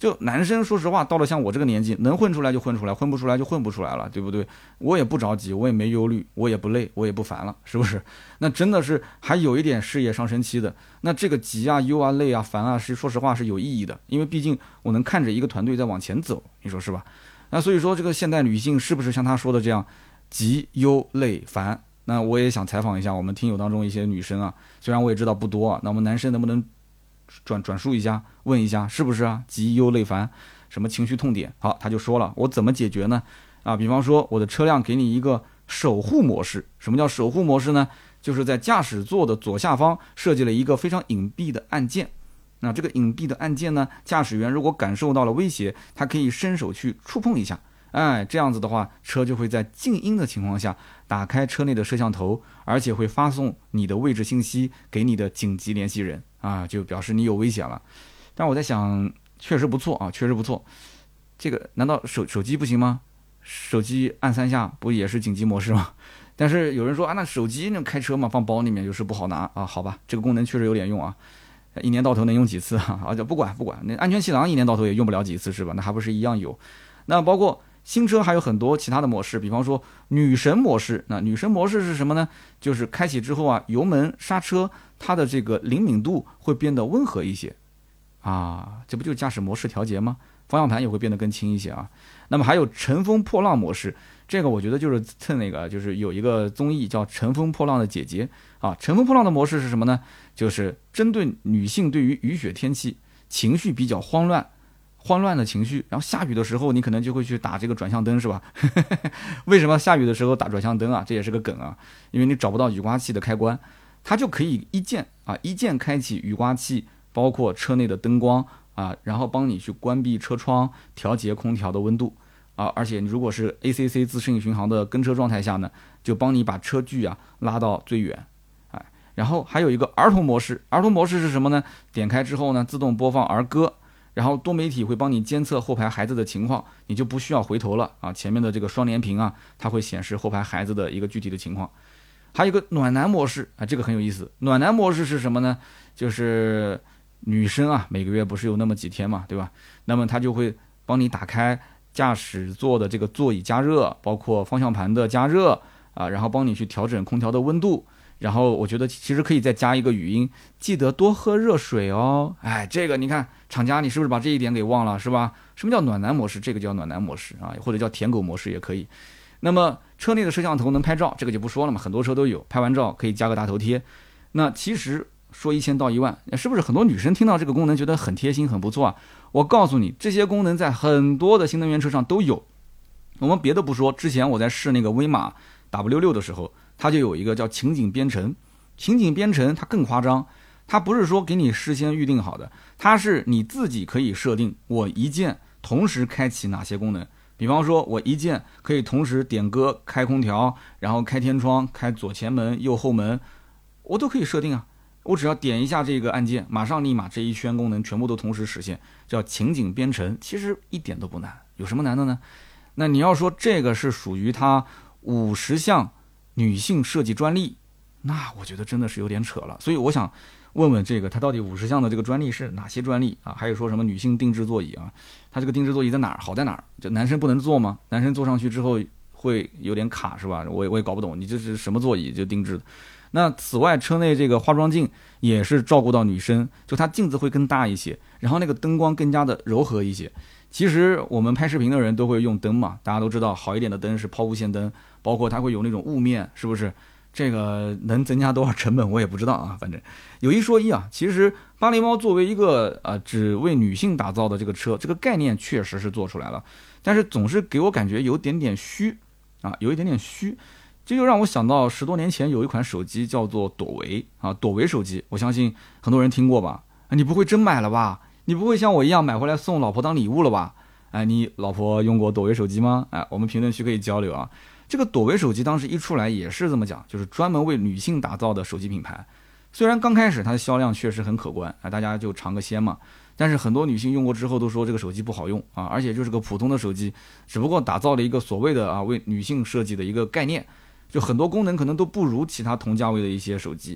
就男生说实话，到了像我这个年纪，能混出来就混出来，混不出来就混不出来了，对不对？我也不着急，我也没忧虑，我也不累，我也不烦了，是不是？那真的是还有一点事业上升期的，那这个急啊、忧啊、累啊、烦啊，是说实话是有意义的，因为毕竟我能看着一个团队在往前走，你说是吧？那所以说这个现代女性是不是像她说的这样急忧累烦？那我也想采访一下我们听友当中一些女生啊，虽然我也知道不多啊，那我们男生能不能转述一下，问一下是不是啊？急忧累烦，什么情绪痛点？好，他就说了，我怎么解决呢？啊，比方说我的车辆给你一个守护模式。什么叫守护模式呢？就是在驾驶座的左下方设计了一个非常隐蔽的按键。那这个隐蔽的按键呢，驾驶员如果感受到了威胁，他可以伸手去触碰一下。哎，这样子的话，车就会在静音的情况下打开车内的摄像头，而且会发送你的位置信息给你的紧急联系人啊，就表示你有危险了。但我在想，确实不错啊，确实不错。这个难道手机不行吗？手机按3下不也是紧急模式吗？但是有人说啊，那手机那开车嘛，放包里面就是不好拿啊。好吧，这个功能确实有点用啊，一年到头能用几次啊？而且不管，那安全气囊一年到头也用不了几次是吧？那还不是一样有？那包括新车还有很多其他的模式，比方说女神模式。那女神模式是什么呢？就是开启之后啊，油门刹车它的这个灵敏度会变得温和一些啊，这不就是驾驶模式调节吗？方向盘也会变得更轻一些啊。那么还有乘风破浪模式，这个我觉得就是蹭那个，就是有一个综艺叫《乘风破浪的姐姐》啊。乘风破浪的模式是什么呢？就是针对女性对于雨雪天气情绪比较慌乱的情绪，然后下雨的时候你可能就会去打这个转向灯，是吧？为什么下雨的时候打转向灯啊？这也是个梗啊，因为你找不到雨刮器的开关，它就可以一键开启雨刮器，包括车内的灯光啊，然后帮你去关闭车窗，调节空调的温度啊，而且你如果是 ACC 自适应巡航的跟车状态下呢，就帮你把车距啊拉到最远。然后还有一个儿童模式，儿童模式是什么呢？点开之后呢，自动播放儿歌，然后多媒体会帮你监测后排孩子的情况，你就不需要回头了啊，前面的这个双联屏啊，它会显示后排孩子的一个具体的情况。还有一个暖男模式啊，这个很有意思。暖男模式是什么呢？就是女生啊，每个月不是有那么几天嘛，对吧？那么它就会帮你打开驾驶座的这个座椅加热，包括方向盘的加热啊，然后帮你去调整空调的温度。然后我觉得其实可以再加一个语音，记得多喝热水哦。哎，这个你看厂家你是不是把这一点给忘了，是吧？什么叫暖男模式？这个叫暖男模式啊，或者叫舔狗模式也可以。那么车内的摄像头能拍照，这个就不说了嘛，很多车都有，拍完照可以加个大头贴。那其实说1000道1万，是不是很多女生听到这个功能觉得很贴心很不错啊？我告诉你，这些功能在很多的新能源车上都有。我们别的不说，之前我在试那个威马 W6 的时候，它就有一个叫情景编程。情景编程它更夸张，它不是说给你事先预定好的，它是你自己可以设定，我一键同时开启哪些功能。比方说我一键可以同时点歌、开空调，然后开天窗、开左前门、右后门，我都可以设定啊。我只要点一下这个按键，马上立马这一圈功能全部都同时实现，叫情景编程。其实一点都不难，有什么难的呢？那你要说这个是属于它50项女性设计专利，那我觉得真的是有点扯了。所以我想问问这个它到底50项的这个专利是哪些专利啊？还有说什么女性定制座椅啊？它这个定制座椅在哪儿好在哪儿？就男生不能坐吗？男生坐上去之后会有点卡是吧？我也搞不懂，你这是什么座椅就定制的？那此外，车内这个化妆镜也是照顾到女生，就它镜子会更大一些，然后那个灯光更加的柔和一些。其实我们拍视频的人都会用灯嘛，大家都知道好一点的灯是抛物线灯，包括它会有那种雾面，是不是？这个能增加多少成本我也不知道啊。反正有一说一啊，其实巴黎猫作为一个只为女性打造的这个车，这个概念确实是做出来了，但是总是给我感觉有点点虚啊，有一点点虚。这就让我想到10多年前有一款手机叫做朵唯啊，朵唯手机，我相信很多人听过吧？你不会真买了吧？你不会像我一样买回来送老婆当礼物了吧？哎，你老婆用过朵唯手机吗？哎，我们评论区可以交流啊。这个朵唯手机当时一出来也是这么讲，就是专门为女性打造的手机品牌。虽然刚开始它的销量确实很可观啊，大家就尝个鲜嘛。但是很多女性用过之后都说这个手机不好用啊，而且就是个普通的手机，只不过打造了一个所谓的为女性设计的一个概念，就很多功能可能都不如其他同价位的一些手机。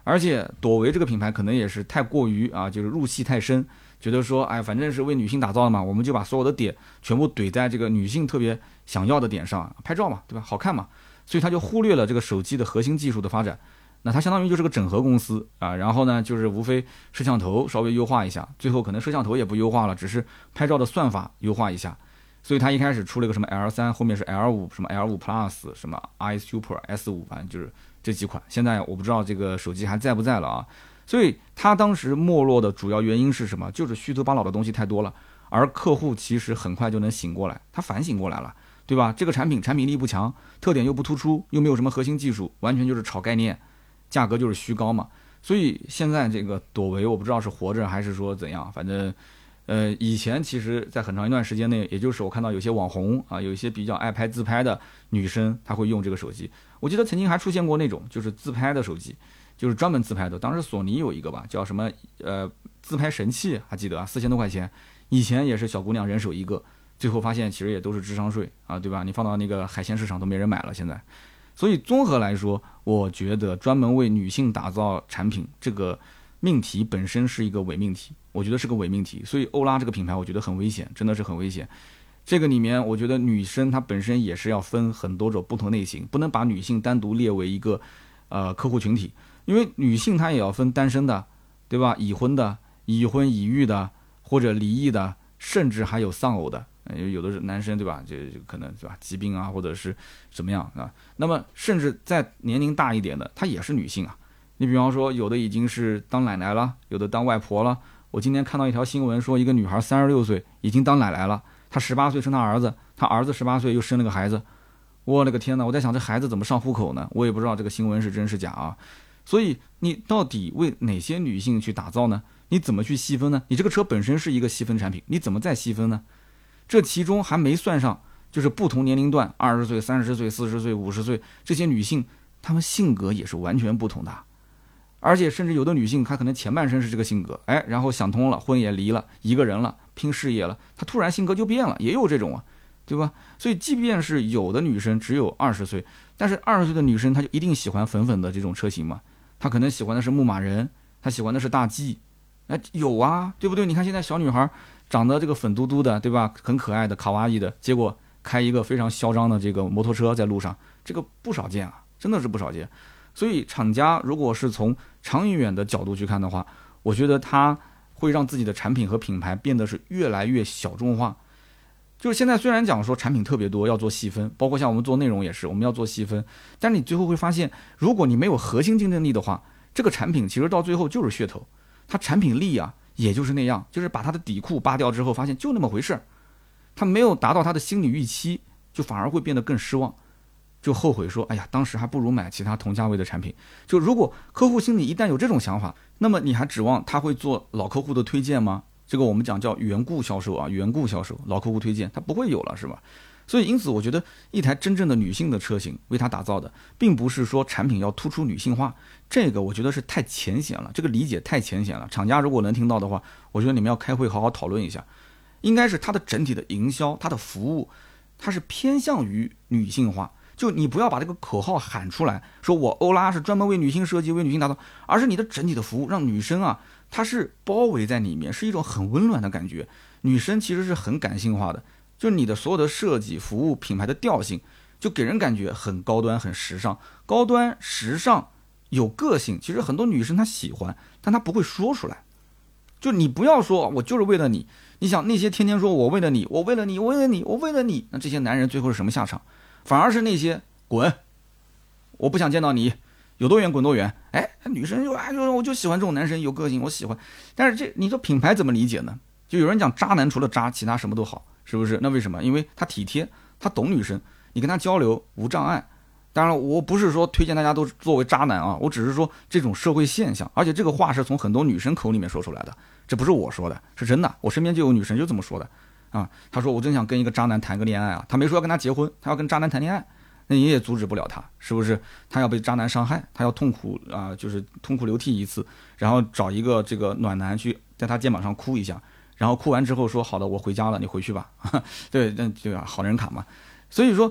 而且朵唯这个品牌可能也是太过于就是入戏太深，觉得说反正是为女性打造的嘛，我们就把所有的点全部怼在这个女性特别想要的点上，拍照嘛，对吧？好看嘛，所以他就忽略了这个手机的核心技术的发展。那它相当于就是个整合公司然后呢，就是无非摄像头稍微优化一下，最后可能摄像头也不优化了，只是拍照的算法优化一下。所以它一开始出了个什么 L3， 后面是 L5， 什么 L5 Plus， 什么 i Super S5， 反正就是这几款。现在我不知道这个手机还在不在了啊。所以它当时没落的主要原因是什么？就是虚头巴脑的东西太多了，而客户其实很快就能醒过来，他反省过来了，对吧？这个产品力不强，特点又不突出，又没有什么核心技术，完全就是炒概念，价格就是虚高嘛。所以现在这个朵唯我不知道是活着还是说怎样，反正以前其实在很长一段时间内，也就是我看到有些网红有一些比较爱拍自拍的女生，她会用这个手机。我记得曾经还出现过那种就是自拍的手机，就是专门自拍的。当时索尼有一个吧，叫什么自拍神器，还记得4000多块钱。以前也是小姑娘人手一个，最后发现其实也都是智商税对吧？你放到那个海鲜市场都没人买了现在。所以综合来说，我觉得专门为女性打造产品这个命题本身是一个伪命题，我觉得是个伪命题。所以欧拉这个品牌我觉得很危险，真的是很危险。这个里面我觉得女生她本身也是要分很多种不同类型，不能把女性单独列为一个客户群体，因为女性她也要分单身的，对吧？已婚的、已婚已育的，或者离异的，甚至还有丧偶的。有的是男生，对吧？就可能对吧，疾病或者是怎么样那么甚至在年龄大一点的，她也是女性你比方说，有的已经是当奶奶了，有的当外婆了。我今天看到一条新闻说，一个女孩36岁已经当奶奶了，她18岁生她儿子，她儿子18岁又生了个孩子。我的个天哪！我在想这孩子怎么上户口呢？我也不知道这个新闻是真是假所以你到底为哪些女性去打造呢？你怎么去细分呢？你这个车本身是一个细分产品，你怎么再细分呢？这其中还没算上就是不同年龄段，20岁、30岁、40岁、50岁这些女性，她们性格也是完全不同的。而且甚至有的女性她可能前半生是这个性格，然后想通了，婚也离了，一个人了，拼事业了，她突然性格就变了，也有这种对吧？所以即便是有的女生只有20岁，但是20岁的女生她就一定喜欢粉粉的这种车型吗？她可能喜欢的是牧马人，她喜欢的是大 G，有对不对？你看现在小女孩长得这个粉嘟嘟的，对吧？很可爱的卡哇伊的，结果开一个非常嚣张的这个摩托车在路上，这个不少见真的是不少见。所以厂家如果是从长远的角度去看的话，我觉得它会让自己的产品和品牌变得是越来越小众化。就是现在虽然讲说产品特别多，要做细分，包括像我们做内容也是，我们要做细分，但是你最后会发现，如果你没有核心竞争力的话，这个产品其实到最后就是噱头，它产品力也就是那样，就是把它的底裤扒掉之后，发现就那么回事，它没有达到它的心理预期，就反而会变得更失望，就后悔说，哎呀，当时还不如买其他同价位的产品。就如果客户心里一旦有这种想法，那么你还指望他会做老客户的推荐吗？这个我们讲叫缘故销售缘故销售，老客户推荐他不会有了，是吧？所以因此我觉得一台真正的女性的车型为它打造的，并不是说产品要突出女性化，这个我觉得是太浅显了，这个理解太浅显了。厂家如果能听到的话，我觉得你们要开会好好讨论一下，应该是它的整体的营销，它的服务，它是偏向于女性化。就你不要把这个口号喊出来，说我欧拉是专门为女性设计、为女性打造，而是你的整体的服务让女生她是包围在里面，是一种很温暖的感觉。女生其实是很感性化的，就是你的所有的设计、服务、品牌的调性，就给人感觉很高端、很时尚。高端、时尚、有个性，其实很多女生她喜欢，但她不会说出来。就你不要说我就是为了你，你想那些天天说我为了你，我为了你，我为了你，我为了你，那这些男人最后是什么下场？反而是那些滚，我不想见到你，有多远滚多远。女生就我就喜欢这种男生，有个性，我喜欢。但是你说品牌怎么理解呢？就有人讲渣男除了渣，其他什么都好，是不是？那为什么？因为他体贴，他懂女生，你跟他交流无障碍。当然，我不是说推荐大家都作为渣男我只是说这种社会现象，而且这个话是从很多女生口里面说出来的，这不是我说的，是真的。我身边就有女生就这么说的。他说我真想跟一个渣男谈个恋爱他没说要跟他结婚，他要跟渣男谈恋爱，那你也阻止不了他，是不是？他要被渣男伤害，他要痛苦就是痛哭流涕一次，然后找一个这个暖男去在他肩膀上哭一下，然后哭完之后说好的，我回家了，你回去吧。对，好人卡嘛。所以说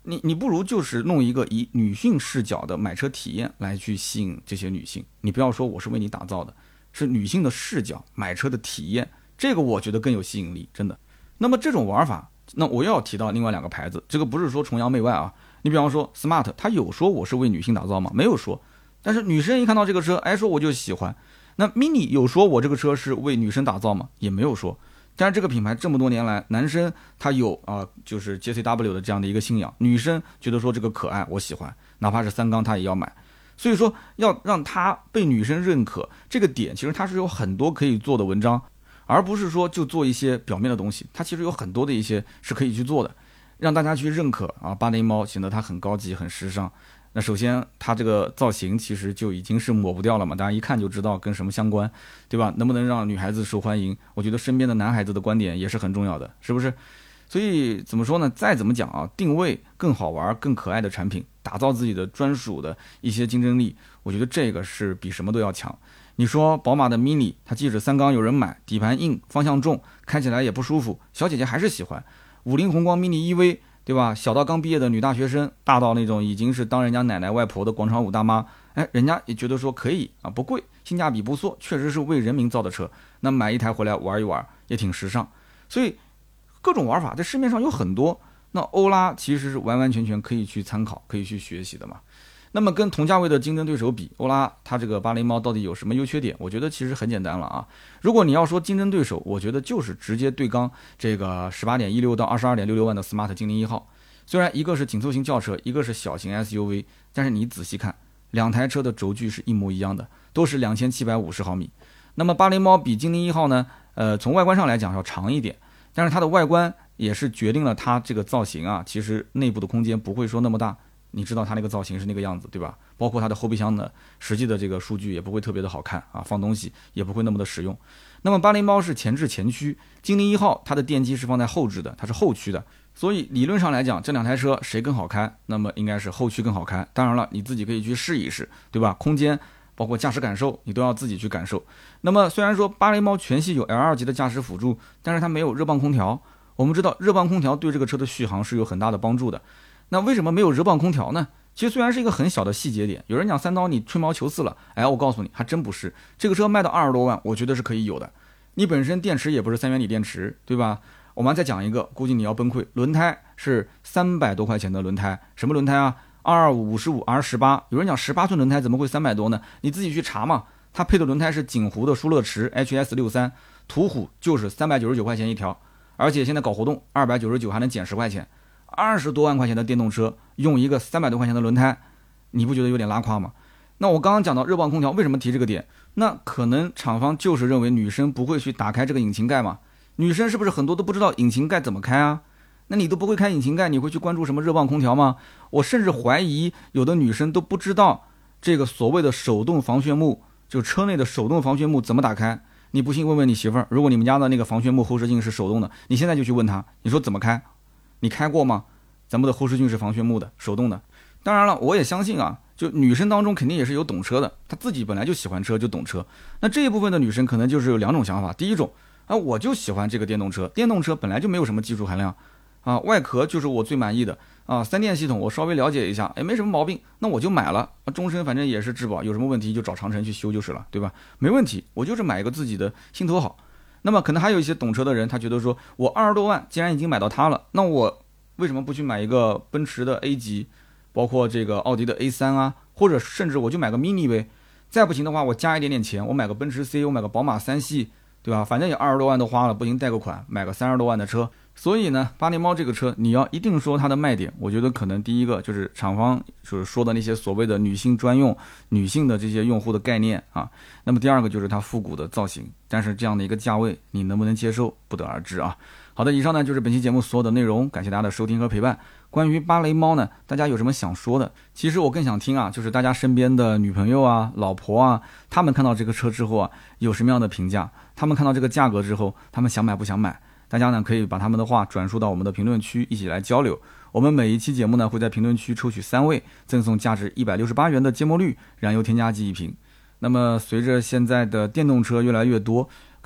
你不如就是弄一个以女性视角的买车体验来去吸引这些女性。你不要说我是为你打造的，是女性的视角买车的体验，这个我觉得更有吸引力，真的。那么这种玩法，那我又要提到另外2个牌子，这个不是说崇洋媚外啊。你比方说 Smart， 它有说我是为女性打造吗？没有说。但是女生一看到这个车，哎，说我就喜欢。那 Mini 有说我这个车是为女生打造吗？也没有说。但是这个品牌这么多年来，男生他有就是 JCW 的这样的一个信仰，女生觉得说这个可爱，我喜欢，哪怕是3缸他也要买。所以说要让他被女生认可，这个点其实他是有很多可以做的文章，而不是说就做一些表面的东西，它其实有很多的一些是可以去做的，让大家去认可啊，巴雷猫显得它很高级很时尚。那首先它这个造型其实就已经是抹不掉了嘛，大家一看就知道跟什么相关，对吧？能不能让女孩子受欢迎，我觉得身边的男孩子的观点也是很重要的，是不是？所以怎么说呢，再怎么讲啊，定位更好玩更可爱的产品，打造自己的专属的一些竞争力，我觉得这个是比什么都要强。你说宝马的 Mini， 它即使3缸有人买，底盘硬方向重，开起来也不舒服，小姐姐还是喜欢。50宏光 Mini EV，对吧？小到刚毕业的女大学生，大到那种已经是当人家奶奶外婆的广场舞大妈，哎，人家也觉得说可以啊，不贵，性价比不错，确实是为人民造的车。那买一台回来玩一玩，也挺时尚。所以各种玩法在市面上有很多，那欧拉其实是完完全全可以去参考、可以去学习的嘛。那么跟同价位的竞争对手比，欧拉它这个巴雷猫到底有什么优缺点？我觉得其实很简单了啊。如果你要说竞争对手，我觉得就是直接对刚这个 18.16 到 22.66 万的 Smart 精灵1号。虽然一个是紧凑型轿车，一个是小型 SUV， 但是你仔细看，2台车的轴距是一模一样的，都是2750毫米。那么巴雷猫比精灵1号呢，从外观上来讲要长一点，但是它的外观也是决定了它这个造型啊，其实内部的空间不会说那么大。你知道它那个造型是那个样子，对吧？包括它的后备箱的实际的这个数据也不会特别的好看啊，放东西也不会那么的实用。那么巴雷猫是前置前驱，精灵1号它的电机是放在后置的，它是后驱的，所以理论上来讲，这2台车谁更好开？那么应该是后驱更好开。当然了，你自己可以去试一试，对吧？空间包括驾驶感受，你都要自己去感受。那么虽然说巴雷猫全系有 L2 级的驾驶辅助，但是它没有热泵空调。我们知道热泵空调对这个车的续航是有很大的帮助的。那为什么没有热泵空调呢？其实虽然是一个很小的细节点，有人讲3刀你吹毛求疵了，哎，我告诉你还真不是。这个车卖到20多万，我觉得是可以有的。你本身电池也不是3元锂电池，对吧？我们再讲一个，估计你要崩溃。轮胎是300多块钱的轮胎，什么轮胎啊？225、55、R18。有人讲18寸轮胎怎么会300多呢？你自己去查嘛。它配的轮胎是锦湖的舒乐驰 HS63， 途虎就是399块钱一条，而且现在搞活动299还能减10块钱。20多万块钱的电动车用一个300多块钱的轮胎，你不觉得有点拉胯吗？那我刚刚讲到热泵空调，为什么提这个点？那可能厂方就是认为女生不会去打开这个引擎盖嘛。女生是不是很多都不知道引擎盖怎么开啊？那你都不会开引擎盖，你会去关注什么热泵空调吗？我甚至怀疑有的女生都不知道这个所谓的手动防眩目，就车内的手动防眩目怎么打开。你不信问问你媳妇儿，如果你们家的那个防眩目后视镜是手动的，你现在就去问她，你说怎么开？你开过吗？咱们的后视镜是防眩目的，手动的。当然了，我也相信啊，就女生当中肯定也是有懂车的，她自己本来就喜欢车，就懂车。那这一部分的女生可能就是有2种想法。第一种啊，我就喜欢这个电动车，电动车本来就没有什么技术含量啊，外壳就是我最满意的啊，3电系统我稍微了解一下，哎，没什么毛病，那我就买了，终身反正也是质保，有什么问题就找长城去修就是了，对吧？没问题，我就是买一个自己的心头好。那么可能还有一些懂车的人，他觉得说我20多万既然已经买到它了，那我为什么不去买一个奔驰的 A 级，包括这个奥迪的 A3 啊，或者甚至我就买个 mini 呗，再不行的话我加一点点钱，我买个奔驰 C， 我买个宝马3系，对吧？反正也20多万都花了，不行贷个款买个30多万的车。所以呢，巴雷猫这个车你要一定说它的卖点，我觉得可能第一个就是厂方就是说的那些所谓的女性专用、女性的这些用户的概念啊。那么第二个就是它复古的造型，但是这样的一个价位你能不能接受，不得而知啊。好的，以上呢就是本期节目所有的内容，感谢大家的收听和陪伴。关于巴雷猫呢，大家有什么想说的？其实我更想听啊，就是大家身边的女朋友啊、老婆啊，他们看到这个车之后啊，有什么样的评价？他们看到这个价格之后，他们想买不想买？大家呢可以把他们的话转述到我们的评论区，一起来交流。我们每一期节目呢会在评论区抽取3位，赠送价值168元的芥末绿燃油添加剂1瓶。那么随着现在的电动车越来越多，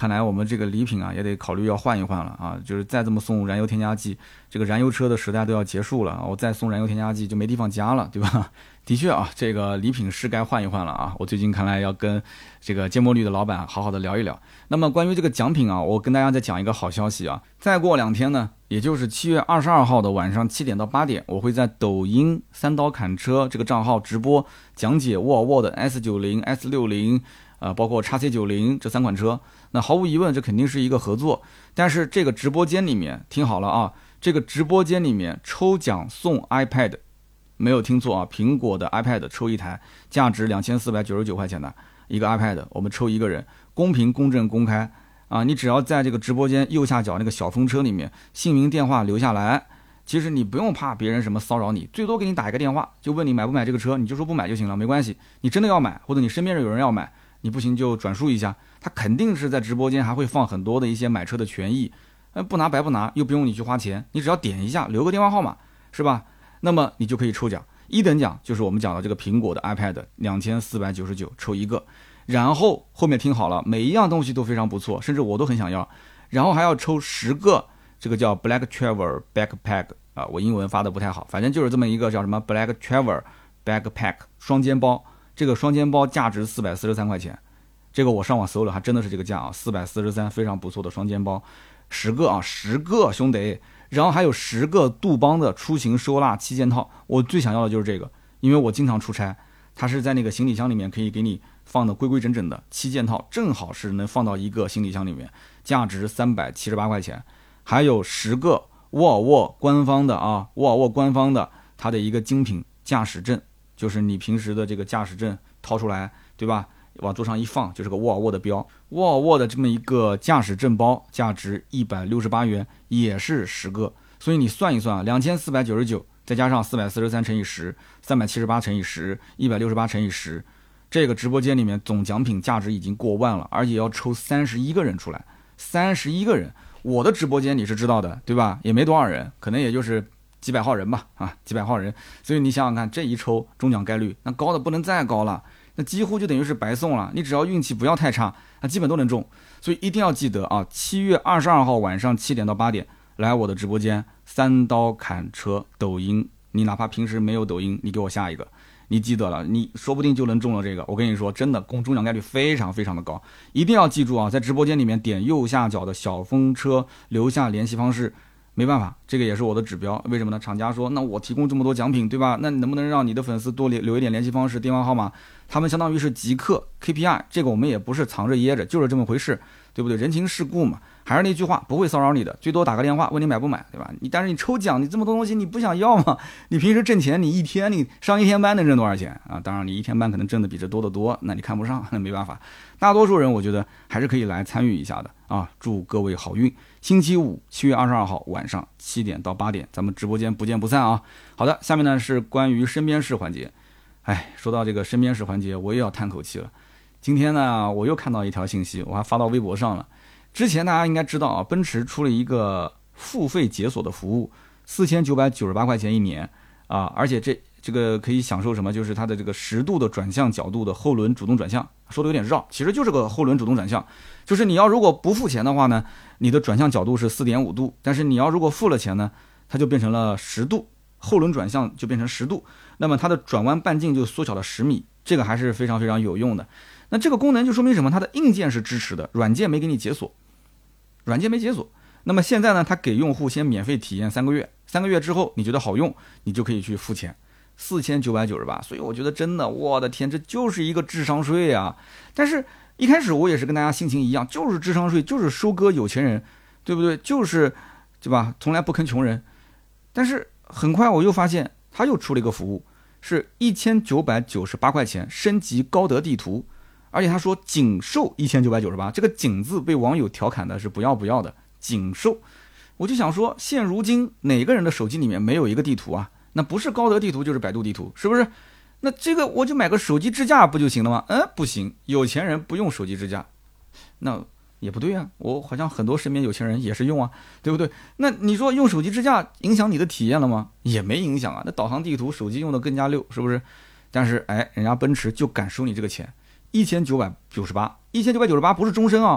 看来我们这个礼品啊也得考虑要换一换了啊，就是再这么送燃油添加剂，这个燃油车的时代都要结束了，我再送燃油添加剂就没地方加了，对吧？的确啊，这个礼品是该换一换了啊，我最近看来要跟这个芥末绿的老板好好的聊一聊。那么关于这个奖品啊，我跟大家再讲一个好消息啊，再过2天呢，也就是7月22号的晚上7点到8点，我会在抖音三刀砍车这个账号直播讲解沃尔沃的 S90、S60包括 XC90 这3款车。那毫无疑问这肯定是一个合作，但是这个直播间里面听好了啊，这个直播间里面抽奖送 iPad， 没有听错啊，苹果的 iPad 抽一台，价值2499块钱的一个 iPad， 我们抽一个人，公平公正公开啊！你只要在这个直播间右下角那个小风车里面姓名电话留下来，其实你不用怕别人什么骚扰你，最多给你打一个电话，就问你买不买这个车，你就说不买就行了，没关系。你真的要买，或者你身边有人要买，你不行就转述一下，他肯定是在直播间还会放很多的一些买车的权益，不拿白不拿，又不用你去花钱，你只要点一下留个电话号码，是吧？那么你就可以抽奖。一等奖就是我们讲的这个苹果的 iPad 2499抽一个，然后后面听好了，每一样东西都非常不错，甚至我都很想要，然后还要抽10个这个叫 Black Travel Backpack 啊，我英文发的不太好，反正就是这么一个叫什么 Black Travel Backpack 双肩包，这个双肩包价值443块钱，这个我上网搜了，还真的是这个价啊，443，非常不错的双肩包，10个啊，10个兄弟。然后还有10个杜邦的出行收纳7件套，我最想要的就是这个，因为我经常出差，它是在那个行李箱里面可以给你放的规规整整的7件套，正好是能放到一个行李箱里面，价值378块钱。还有10个沃尔沃官方的啊，沃尔沃官方的它的一个精品驾驶证，就是你平时的这个驾驶证掏出来，对吧？往桌上一放就是个沃尔沃的标，沃尔沃的这么一个驾驶证包价值168元，也是10个，所以你算一算2499再加上443乘以10，378乘以10，168乘以10，这个直播间里面总奖品价值已经过万了，而且要抽31个人出来，31个人，我的直播间你是知道的，对吧？也没多少人，可能也就是几百号人吧，啊，几百号人，所以你想想看，这一抽中奖概率那高的不能再高了。那几乎就等于是白送了，你只要运气不要太差，那基本都能中。所以一定要记得啊，7月22号晚上7点到8点来我的直播间，三刀砍车抖音，你哪怕平时没有抖音，你给我下一个，你记得了，你说不定就能中了这个。我跟你说，真的中奖概率非常非常的高，一定要记住啊，在直播间里面点右下角的小风车，留下联系方式。没办法，这个也是我的指标。为什么呢？厂家说，那我提供这么多奖品，对吧？那能不能让你的粉丝多留一点联系方式、电话号码？他们相当于是即刻 KPI， 这个我们也不是藏着掖着，就是这么回事，对不对？人情世故嘛。还是那句话，不会骚扰你的，最多打个电话问你买不买，对吧？但是你抽奖，你这么多东西你不想要吗？你平时挣钱，你一天你上1天班能挣多少钱啊？当然你1天班可能挣的比这多得多，那你看不上，那没办法。大多数人我觉得还是可以来参与一下的啊！祝各位好运。星期五7月22号晚上7点到8点，咱们直播间不见不散啊！好的，下面呢是关于身边事环节。说到这个身边事环节，我也要叹口气了。今天呢，我又看到一条信息，我还发到微博上了。之前大家应该知道啊，奔驰出了一个付费解锁的服务，4998块钱1年啊，而且这个可以享受什么？就是它的这个10度的转向角度的后轮主动转向，说的有点绕，其实就是个后轮主动转向。就是你要如果不付钱的话呢，你的转向角度是4.5度，但是你要如果付了钱呢，它就变成了10度，后轮转向就变成10度，那么它的转弯半径就缩小了10米，这个还是非常非常有用的。那这个功能就说明什么？它的硬件是支持的，软件没给你解锁，软件没解锁。那么现在呢，它给用户先免费体验3个月，3个月之后你觉得好用，你就可以去付钱，4998。所以我觉得真的，我的天，这就是一个智商税啊！但是一开始我也是跟大家心情一样，就是智商税，就是收割有钱人，对不对？就是对吧？从来不坑穷人。但是很快我又发现，他又出了一个服务，是1998块钱升级高德地图。而且他说仅售1998，这个仅字被网友调侃的是不要不要的，仅售。我就想说，现如今哪个人的手机里面没有一个地图啊？那不是高德地图就是百度地图，是不是？那这个我就买个手机支架不就行了吗？不行，有钱人不用手机支架。那也不对啊，我好像很多身边有钱人也是用啊，对不对？那你说用手机支架影响你的体验了吗？也没影响啊，那导航地图手机用的更加溜，是不是？但是人家奔驰就敢收你这个钱。1998不是终身啊，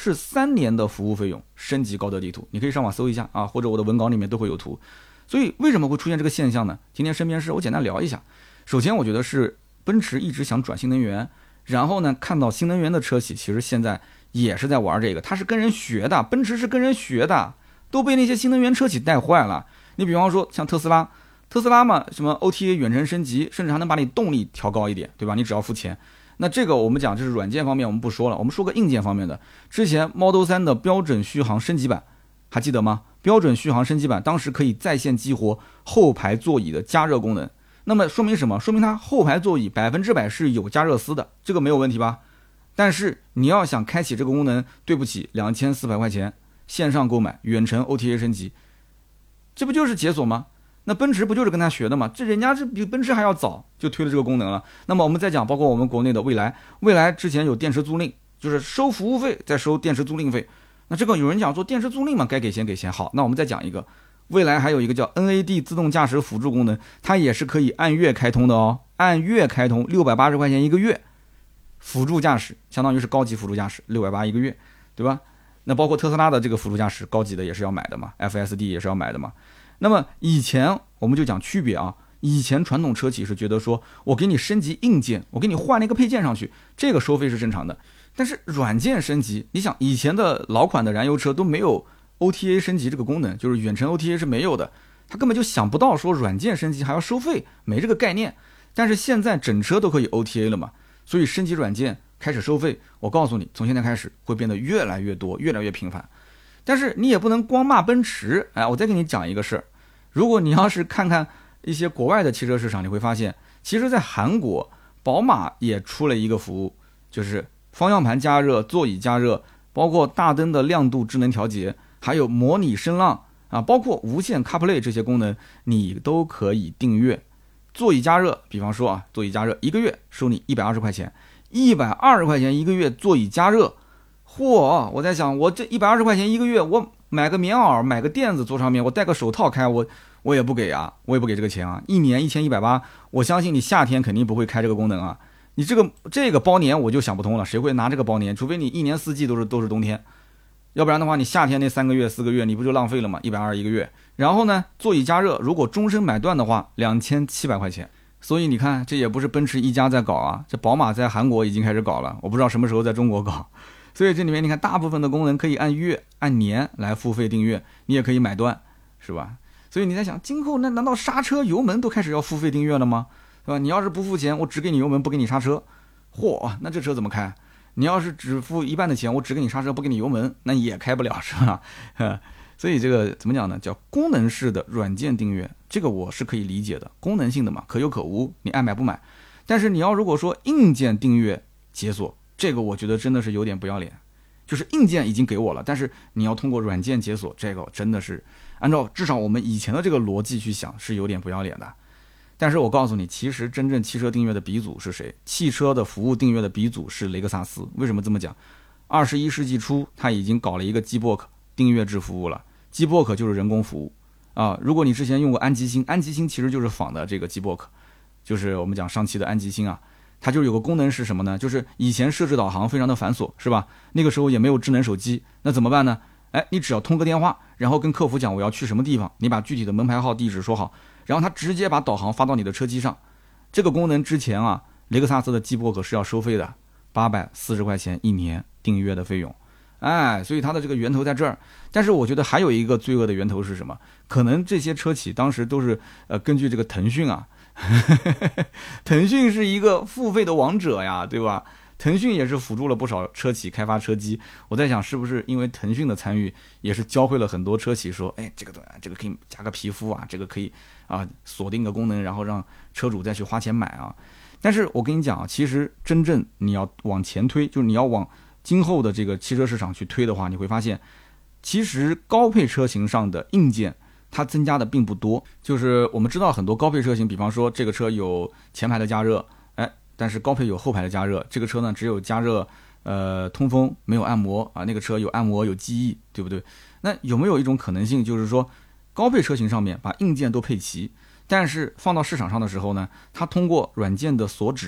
是3年的服务费用升级高德地图，你可以上网搜一下啊，或者我的文稿里面都会有图。所以为什么会出现这个现象呢？今天身边事我简单聊一下。首先我觉得是奔驰一直想转新能源，然后呢看到新能源的车企其实现在也是在玩这个，它是跟人学的，奔驰是跟人学的，都被那些新能源车企带坏了。你比方说像特斯拉嘛，什么 OTA 远程升级，甚至还能把你动力调高一点，对吧？你只要付钱。那这个我们讲这是软件方面我们不说了，我们说个硬件方面的。之前 Model 3的标准续航升级版还记得吗？标准续航升级版当时可以在线激活后排座椅的加热功能，那么说明什么？说明它后排座椅100%是有加热丝的，这个没有问题吧？但是你要想开启这个功能，对不起，2400块钱线上购买远程 OTA 升级，这不就是解锁吗？那奔驰不就是跟他学的吗？这人家是比奔驰还要早就推了这个功能了。那么我们再讲，包括我们国内的蔚来之前有电池租赁，就是收服务费再收电池租赁费。那这个有人讲说电池租赁嘛，该给钱给钱。好，那我们再讲一个，蔚来还有一个叫 NAD 自动驾驶辅助功能，它也是可以按月开通的哦，按月开通680块钱一个月，辅助驾驶相当于是高级辅助驾驶680一个月，对吧？那包括特斯拉的这个辅助驾驶高级的也是要买的嘛 ，FSD 也是要买的嘛。那么以前我们就讲区别啊，以前传统车企是觉得说我给你升级硬件，我给你换了一个配件上去，这个收费是正常的。但是软件升级，你想以前的老款的燃油车都没有 OTA 升级这个功能，就是远程 OTA 是没有的，他根本就想不到说软件升级还要收费，没这个概念。但是现在整车都可以 OTA 了嘛，所以升级软件开始收费，我告诉你，从现在开始会变得越来越多，越来越频繁。但是你也不能光骂奔驰，哎，我再给你讲一个事儿。如果你要是看看一些国外的汽车市场，你会发现，其实在韩国，宝马也出了一个服务，就是方向盘加热、座椅加热，包括大灯的亮度智能调节，还有模拟声浪啊，包括无线 CarPlay 这些功能，你都可以订阅。座椅加热，比方说啊，座椅加热1个月收你120块钱，120块钱一个月座椅加热。嚯！我在想，我这120块钱一个月，我买个棉袄，买个垫子坐上面，我戴个手套开，我也不给啊，我也不给这个钱啊。一年1180，我相信你夏天肯定不会开这个功能啊。你这个包年我就想不通了，谁会拿这个包年？除非你一年四季都是冬天，要不然的话，你夏天那3个月4个月你不就浪费了吗？120一个月。然后呢，座椅加热，如果终身买断的话，2700块钱。所以你看，这也不是奔驰一家在搞啊，这宝马在韩国已经开始搞了，我不知道什么时候在中国搞。所以这里面你看，大部分的功能可以按月、按年来付费订阅，你也可以买断，是吧？所以你在想，今后那难道刹车油门都开始要付费订阅了吗？对吧？你要是不付钱，我只给你油门不给你刹车，嚯，那这车怎么开？你要是只付一半的钱，我只给你刹车不给你油门，那也开不了，是吧？所以这个怎么讲呢？叫功能式的软件订阅，这个我是可以理解的，功能性的嘛，可有可无，你爱买不买。但是你要如果说硬件订阅解锁，这个我觉得真的是有点不要脸，就是硬件已经给我了，但是你要通过软件解锁，这个真的是按照至少我们以前的这个逻辑去想，是有点不要脸的。但是我告诉你，其实真正汽车订阅的鼻祖是谁？汽车的服务订阅的鼻祖是雷克萨斯。为什么这么讲？21世纪初，他已经搞了一个 G-Box 订阅制服务了。G-Box 就是人工服务啊。如果你之前用过安吉星，安吉星其实就是仿的这个 G-Box， 就是我们讲上汽的安吉星啊。它就有个功能是什么呢？就是以前设置导航非常的繁琐，是吧？那个时候也没有智能手机，那怎么办呢？哎，你只要通个电话，然后跟客服讲我要去什么地方，你把具体的门牌号、地址说好，然后他直接把导航发到你的车机上。这个功能之前啊，雷克萨斯的 G-Box 是要收费的，840块钱一年订阅的费用。哎，所以它的这个源头在这儿。但是我觉得还有一个罪恶的源头是什么？可能这些车企当时都是根据这个腾讯啊。腾讯是一个付费的王者呀，对吧？腾讯也是辅助了不少车企开发车机。我在想，是不是因为腾讯的参与，也是教会了很多车企说，哎，这个可以加个皮肤啊，这个可以啊锁定个功能，然后让车主再去花钱买啊。但是我跟你讲啊，其实真正你要往前推，就是你要往今后的这个汽车市场去推的话，你会发现，其实高配车型上的硬件它增加的并不多。就是我们知道很多高配车型，比方说这个车有前排的加热，哎，但是高配有后排的加热，这个车呢只有加热通风，没有按摩啊，那个车有按摩有记忆，对不对？那有没有一种可能性，就是说高配车型上面把硬件都配齐，但是放到市场上的时候呢，它通过软件的锁止，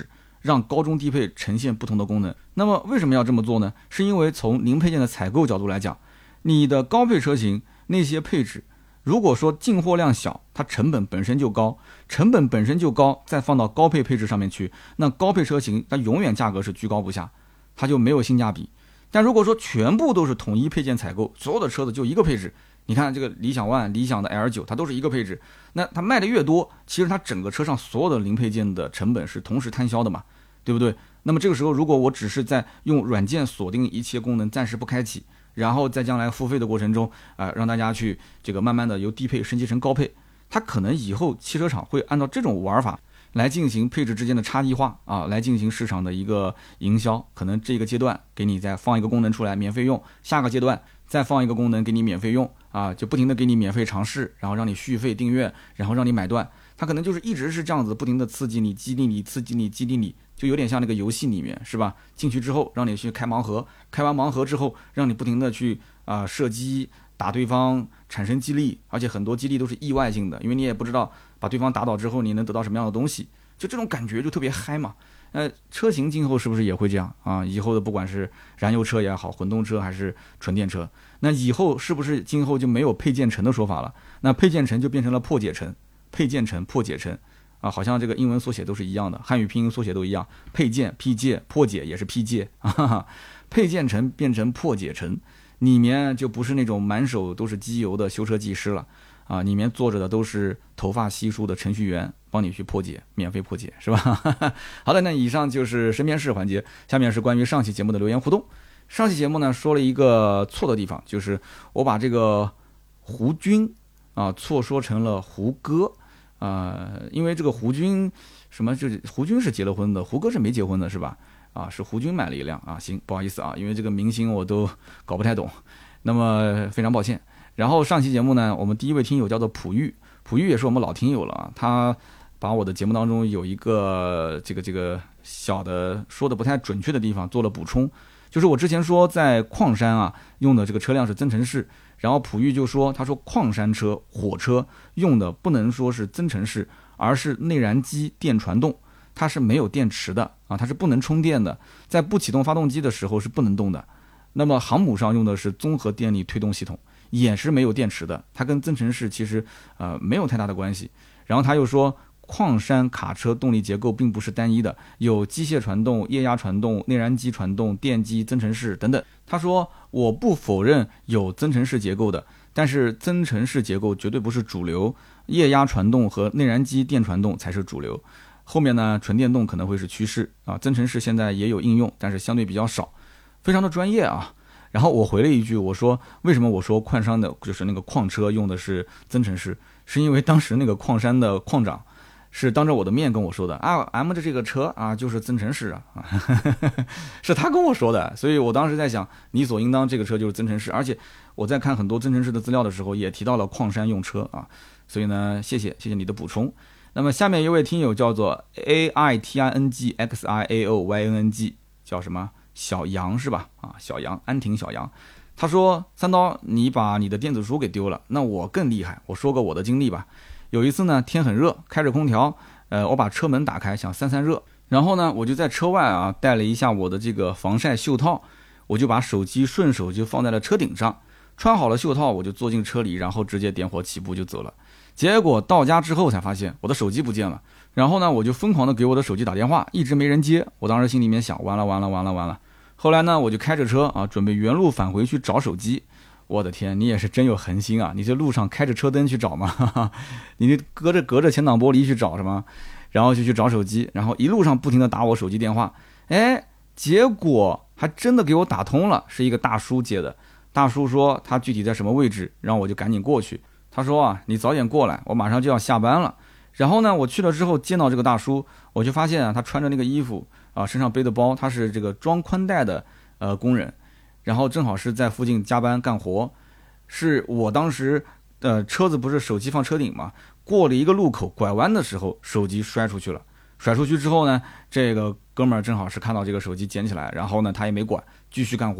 让高中低配呈现不同的功能。那么为什么要这么做呢？是因为从零配件的采购角度来讲，你的高配车型那些配置，如果说进货量小，它成本本身就高，再放到高配配置上面去，那高配车型它永远价格是居高不下，它就没有性价比。但如果说全部都是统一配件采购，所有的车子就一个配置，你看这个理想ONE、理想的 L9， 它都是一个配置，那它卖的越多，其实它整个车上所有的零配件的成本是同时摊销的嘛，对不对？那么这个时候，如果我只是在用软件锁定一切功能，暂时不开启，然后在将来付费的过程中，让大家去这个慢慢的由低配升级成高配，它可能以后汽车厂会按照这种玩法来进行配置之间的差异化啊，来进行市场的一个营销。可能这个阶段给你再放一个功能出来免费用，下个阶段再放一个功能给你免费用啊，就不停的给你免费尝试，然后让你续费订阅，然后让你买断。它可能就是一直是这样子，不停的刺激你、激励你、刺激你、激励你，就有点像那个游戏里面是吧？进去之后让你去开盲盒，开完盲盒之后让你不停的去射击打对方，产生激励，而且很多激励都是意外性的，因为你也不知道把对方打倒之后你能得到什么样的东西，就这种感觉就特别嗨嘛。车型今后是不是也会这样啊？以后的不管是燃油车也好，混动车还是纯电车，那以后是不是今后就没有配件城的说法了？那配件城就变成了破解城，配件城、破解城啊，好像这个英文缩写都是一样的，汉语拼音缩写都一样，配件、批界、破解也是批界啊，配件城变成破解城，里面就不是那种满手都是机油的修车技师了啊，里面坐着的都是头发稀疏的程序员，帮你去破解，免费破解是吧？好的，那以上就是身边事环节，下面是关于上期节目的留言互动。上期节目呢说了一个错的地方，就是我把这个胡军啊错说成了胡歌。因为这个胡军就是胡军是结了婚的，胡歌是没结婚的是吧？是胡军买了一辆啊，行，不好意思啊，因为这个明星我都搞不太懂，那么非常抱歉。然后上期节目呢，我们第一位听友叫做璞玉也是我们老听友了啊，他把我的节目当中有一个这个小的说的不太准确的地方做了补充，就是我之前说在矿山用的这个车辆是增程式。然后璞玉就说，他说矿山车、火车用的不能说是增程式，而是内燃机电传动，它是没有电池的啊，它是不能充电的，在不启动发动机的时候是不能动的。那么航母上用的是综合电力推动系统，也是没有电池的，它跟增程式其实没有太大的关系。然后他又说，矿山卡车动力结构并不是单一的，有机械传动、液压传动、内燃机传动、电机、增程式等等。他说我不否认有增程式结构的，但是增程式结构绝对不是主流，液压传动和内燃机电传动才是主流。后面呢，纯电动可能会是趋势啊，增程式现在也有应用，但是相对比较少，非常的专业啊。然后我回了一句，我说为什么我说矿山的就是那个矿车用的是增程式，是因为当时那个矿山的矿长是当着我的面跟我说的啊 ，M 的这个车啊就是增程式啊，是他跟我说的，所以我当时在想，理所应当这个车就是增程式，而且我在看很多增程式的资料的时候也提到了矿山用车啊，所以呢，谢谢你的补充。那么下面一位听友叫做 AITINGXIAOYNNG， 叫什么小杨是吧？小杨，安亭小杨，他说三刀，你把你的电子书给丢了，那我更厉害，我说个我的经历吧。有一次呢，天很热，开着空调，我把车门打开，想散散热，然后呢，我就在车外带了一下我的这个防晒袖套，我就把手机顺手就放在了车顶上，穿好了袖套，我就坐进车里，然后直接点火起步就走了。结果到家之后才发现我的手机不见了，然后呢，我就疯狂的给我的手机打电话，一直没人接，我当时心里面想，完了。后来呢，我就开着车准备原路返回去找手机。我的天，你也是真有恒心啊！你这路上开着车灯去找吗？你隔着前挡玻璃去找什么？然后就去找手机，然后一路上不停的打我手机电话，结果还真的给我打通了，是一个大叔接的。大叔说他具体在什么位置，然后我就赶紧过去。他说你早点过来，我马上就要下班了。然后呢，我去了之后见到这个大叔，我就发现他穿着那个衣服身上背的包，他是这个装宽带的工人。然后正好是在附近加班干活，是我当时车子不是手机放车顶嘛，过了一个路口拐弯的时候，手机摔出去了。甩出去之后呢，这个哥们儿正好是看到这个手机捡起来，然后呢他也没管，继续干活。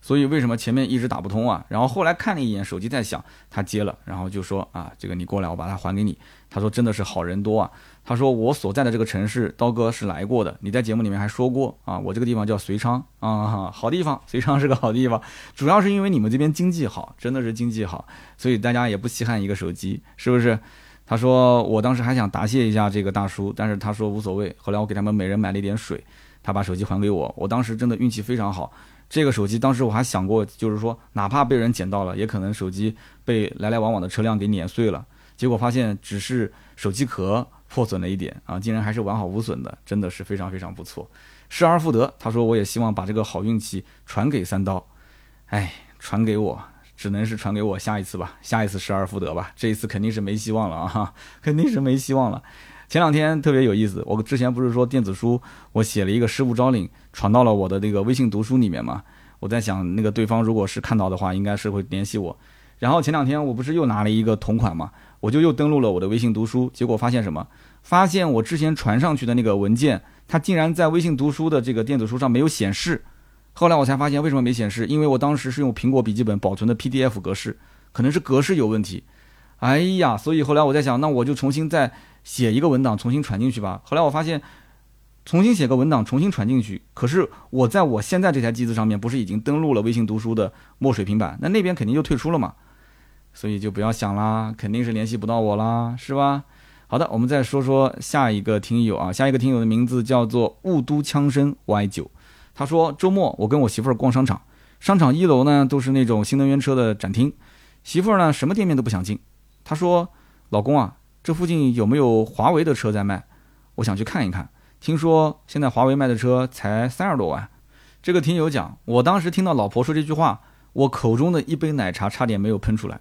所以为什么前面一直打不通啊？然后后来看了一眼手机在响，他接了，然后就说啊，这个你过来，我把它还给你。他说真的是好人多啊。他说我所在的这个城市，刀哥是来过的，你在节目里面还说过啊，我这个地方叫遂昌啊，好地方，遂昌是个好地方，主要是因为你们这边经济好，真的是经济好，所以大家也不稀罕一个手机，是不是？他说我当时还想答谢一下这个大叔，但是他说无所谓，后来我给他们每人买了一点水，他把手机还给我，我当时真的运气非常好。这个手机当时我还想过，就是说哪怕被人捡到了，也可能手机被来来往往的车辆给碾碎了，结果发现只是手机壳破损了一点啊，竟然还是完好无损的，真的是非常非常不错，失而复得。他说我也希望把这个好运气传给三刀，哎，传给我只能是传给我下一次吧，下一次失而复得吧，这一次肯定是没希望了啊，肯定是没希望了。前两天特别有意思，我之前不是说电子书我写了一个失物招领传到了我的那个微信读书里面嘛，我在想那个对方如果是看到的话，应该是会联系我。然后前两天我不是又拿了一个同款嘛，我就又登录了我的微信读书，结果发现什么？发现我之前传上去的那个文件，它竟然在微信读书的这个电子书上没有显示。后来我才发现为什么没显示，因为我当时是用苹果笔记本保存的 PDF 格式，可能是格式有问题。哎呀，所以后来我在想，那我就重新再写一个文档重新传进去吧。后来我发现重新写个文档重新传进去，可是我在我现在这台机子上面不是已经登录了微信读书的墨水平板，那边肯定就退出了嘛，所以就不要想啦，肯定是联系不到我啦，是吧？好的，我们再说说下一个听友啊，下一个听友的名字叫做雾都枪声 Y9， 他说周末我跟我媳妇儿逛商场，商场1楼呢都是那种新能源车的展厅，媳妇儿呢什么店面都不想进，他说老公啊，这附近有没有华为的车在卖？我想去看一看，听说现在华为卖的车才30多万。这个听友讲，我当时听到老婆说这句话，我口中的一杯奶茶差点没有喷出来。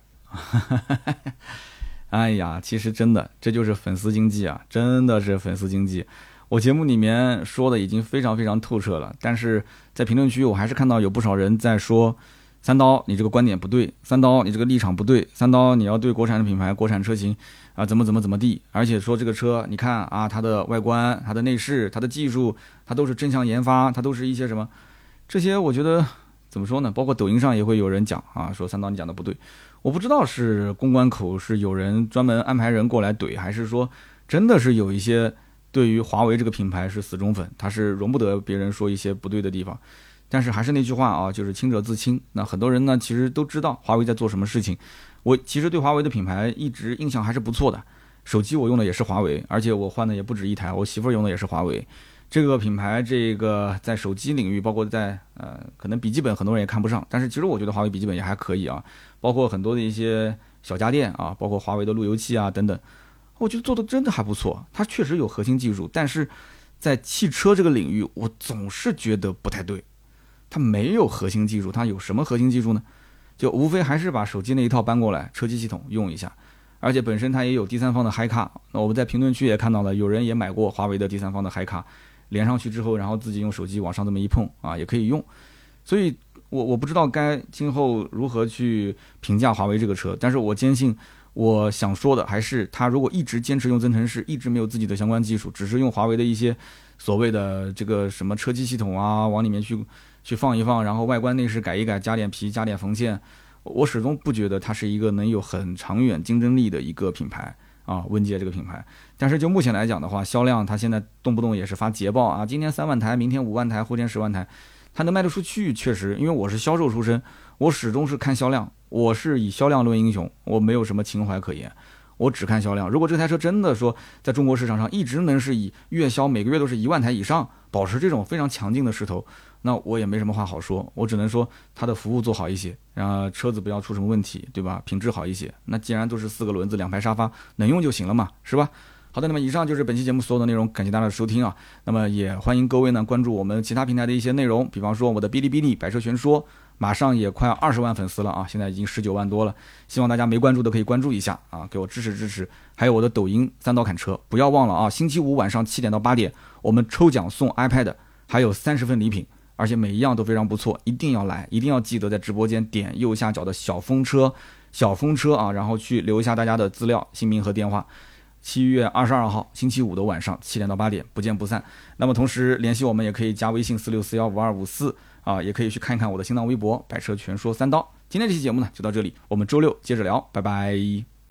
哎呀，其实真的这就是粉丝经济啊，真的是粉丝经济。我节目里面说的已经非常非常透彻了，但是在评论区我还是看到有不少人在说三刀你这个观点不对，三刀你这个立场不对，三刀你要对国产的品牌国产车型啊怎么地，而且说这个车你看啊，它的外观它的内饰它的技术它都是正向研发，它都是一些什么，这些我觉得怎么说呢，包括抖音上也会有人讲啊，说三刀你讲的不对。我不知道是公关口是有人专门安排人过来怼，还是说真的是有一些对于华为这个品牌是死忠粉，他是容不得别人说一些不对的地方。但是还是那句话啊，就是清者自清。那很多人呢其实都知道华为在做什么事情，我其实对华为的品牌一直印象还是不错的，手机我用的也是华为，而且我换的也不止一台，我媳妇儿用的也是华为。这个品牌，这个在手机领域，包括在可能笔记本很多人也看不上，但是其实我觉得华为笔记本也还可以啊，包括很多的一些小家电啊，包括华为的路由器啊等等，我觉得做的真的还不错。它确实有核心技术，但是在汽车这个领域，我总是觉得不太对。它没有核心技术，它有什么核心技术呢？就无非还是把手机那一套搬过来，车机系统用一下，而且本身它也有第三方的嗨卡。那我们在评论区也看到了，有人也买过华为的第三方的嗨卡。连上去之后，然后自己用手机往上这么一碰啊，也可以用。所以我不知道该今后如何去评价华为这个车，但是我坚信我想说的还是，他如果一直坚持用增程式，一直没有自己的相关技术，只是用华为的一些所谓的这个什么车机系统啊往里面去放一放，然后外观内饰改一改，加点皮加点缝线，我始终不觉得它是一个能有很长远竞争力的一个品牌啊，温界这个品牌。但是就目前来讲的话，销量它现在动不动也是发捷报啊，今天3万台，明天5万台，后天10万台，它能卖得出去，确实，因为我是销售出身，我始终是看销量，我是以销量论英雄，我没有什么情怀可言，我只看销量。如果这台车真的说在中国市场上一直能是以月销每个月都是1万台以上，保持这种非常强劲的势头，那我也没什么话好说，我只能说它的服务做好一些，然后车子不要出什么问题，对吧？品质好一些。那既然都是4个轮子2排沙发，能用就行了嘛，是吧？好的，那么以上就是本期节目所有的内容，感谢大家的收听啊。那么也欢迎各位呢关注我们其他平台的一些内容，比方说我的哔哩哔哩百车全说，马上也快20万粉丝了啊，现在已经19万多了，希望大家没关注的可以关注一下啊，给我支持支持。还有我的抖音三刀砍车，不要忘了啊，星期五晚上7点到8点，我们抽奖送 iPad， 还有30份礼品，而且每一样都非常不错，一定要来，一定要记得在直播间点右下角的小风车啊，然后去留一下大家的资料、姓名和电话。7月22号星期五的晚上7点到8点，不见不散。那么同时联系我们也可以加微信46415254， 啊，也可以去看一看我的新浪微博百车全说三刀。今天这期节目呢就到这里，我们周六接着聊，拜拜。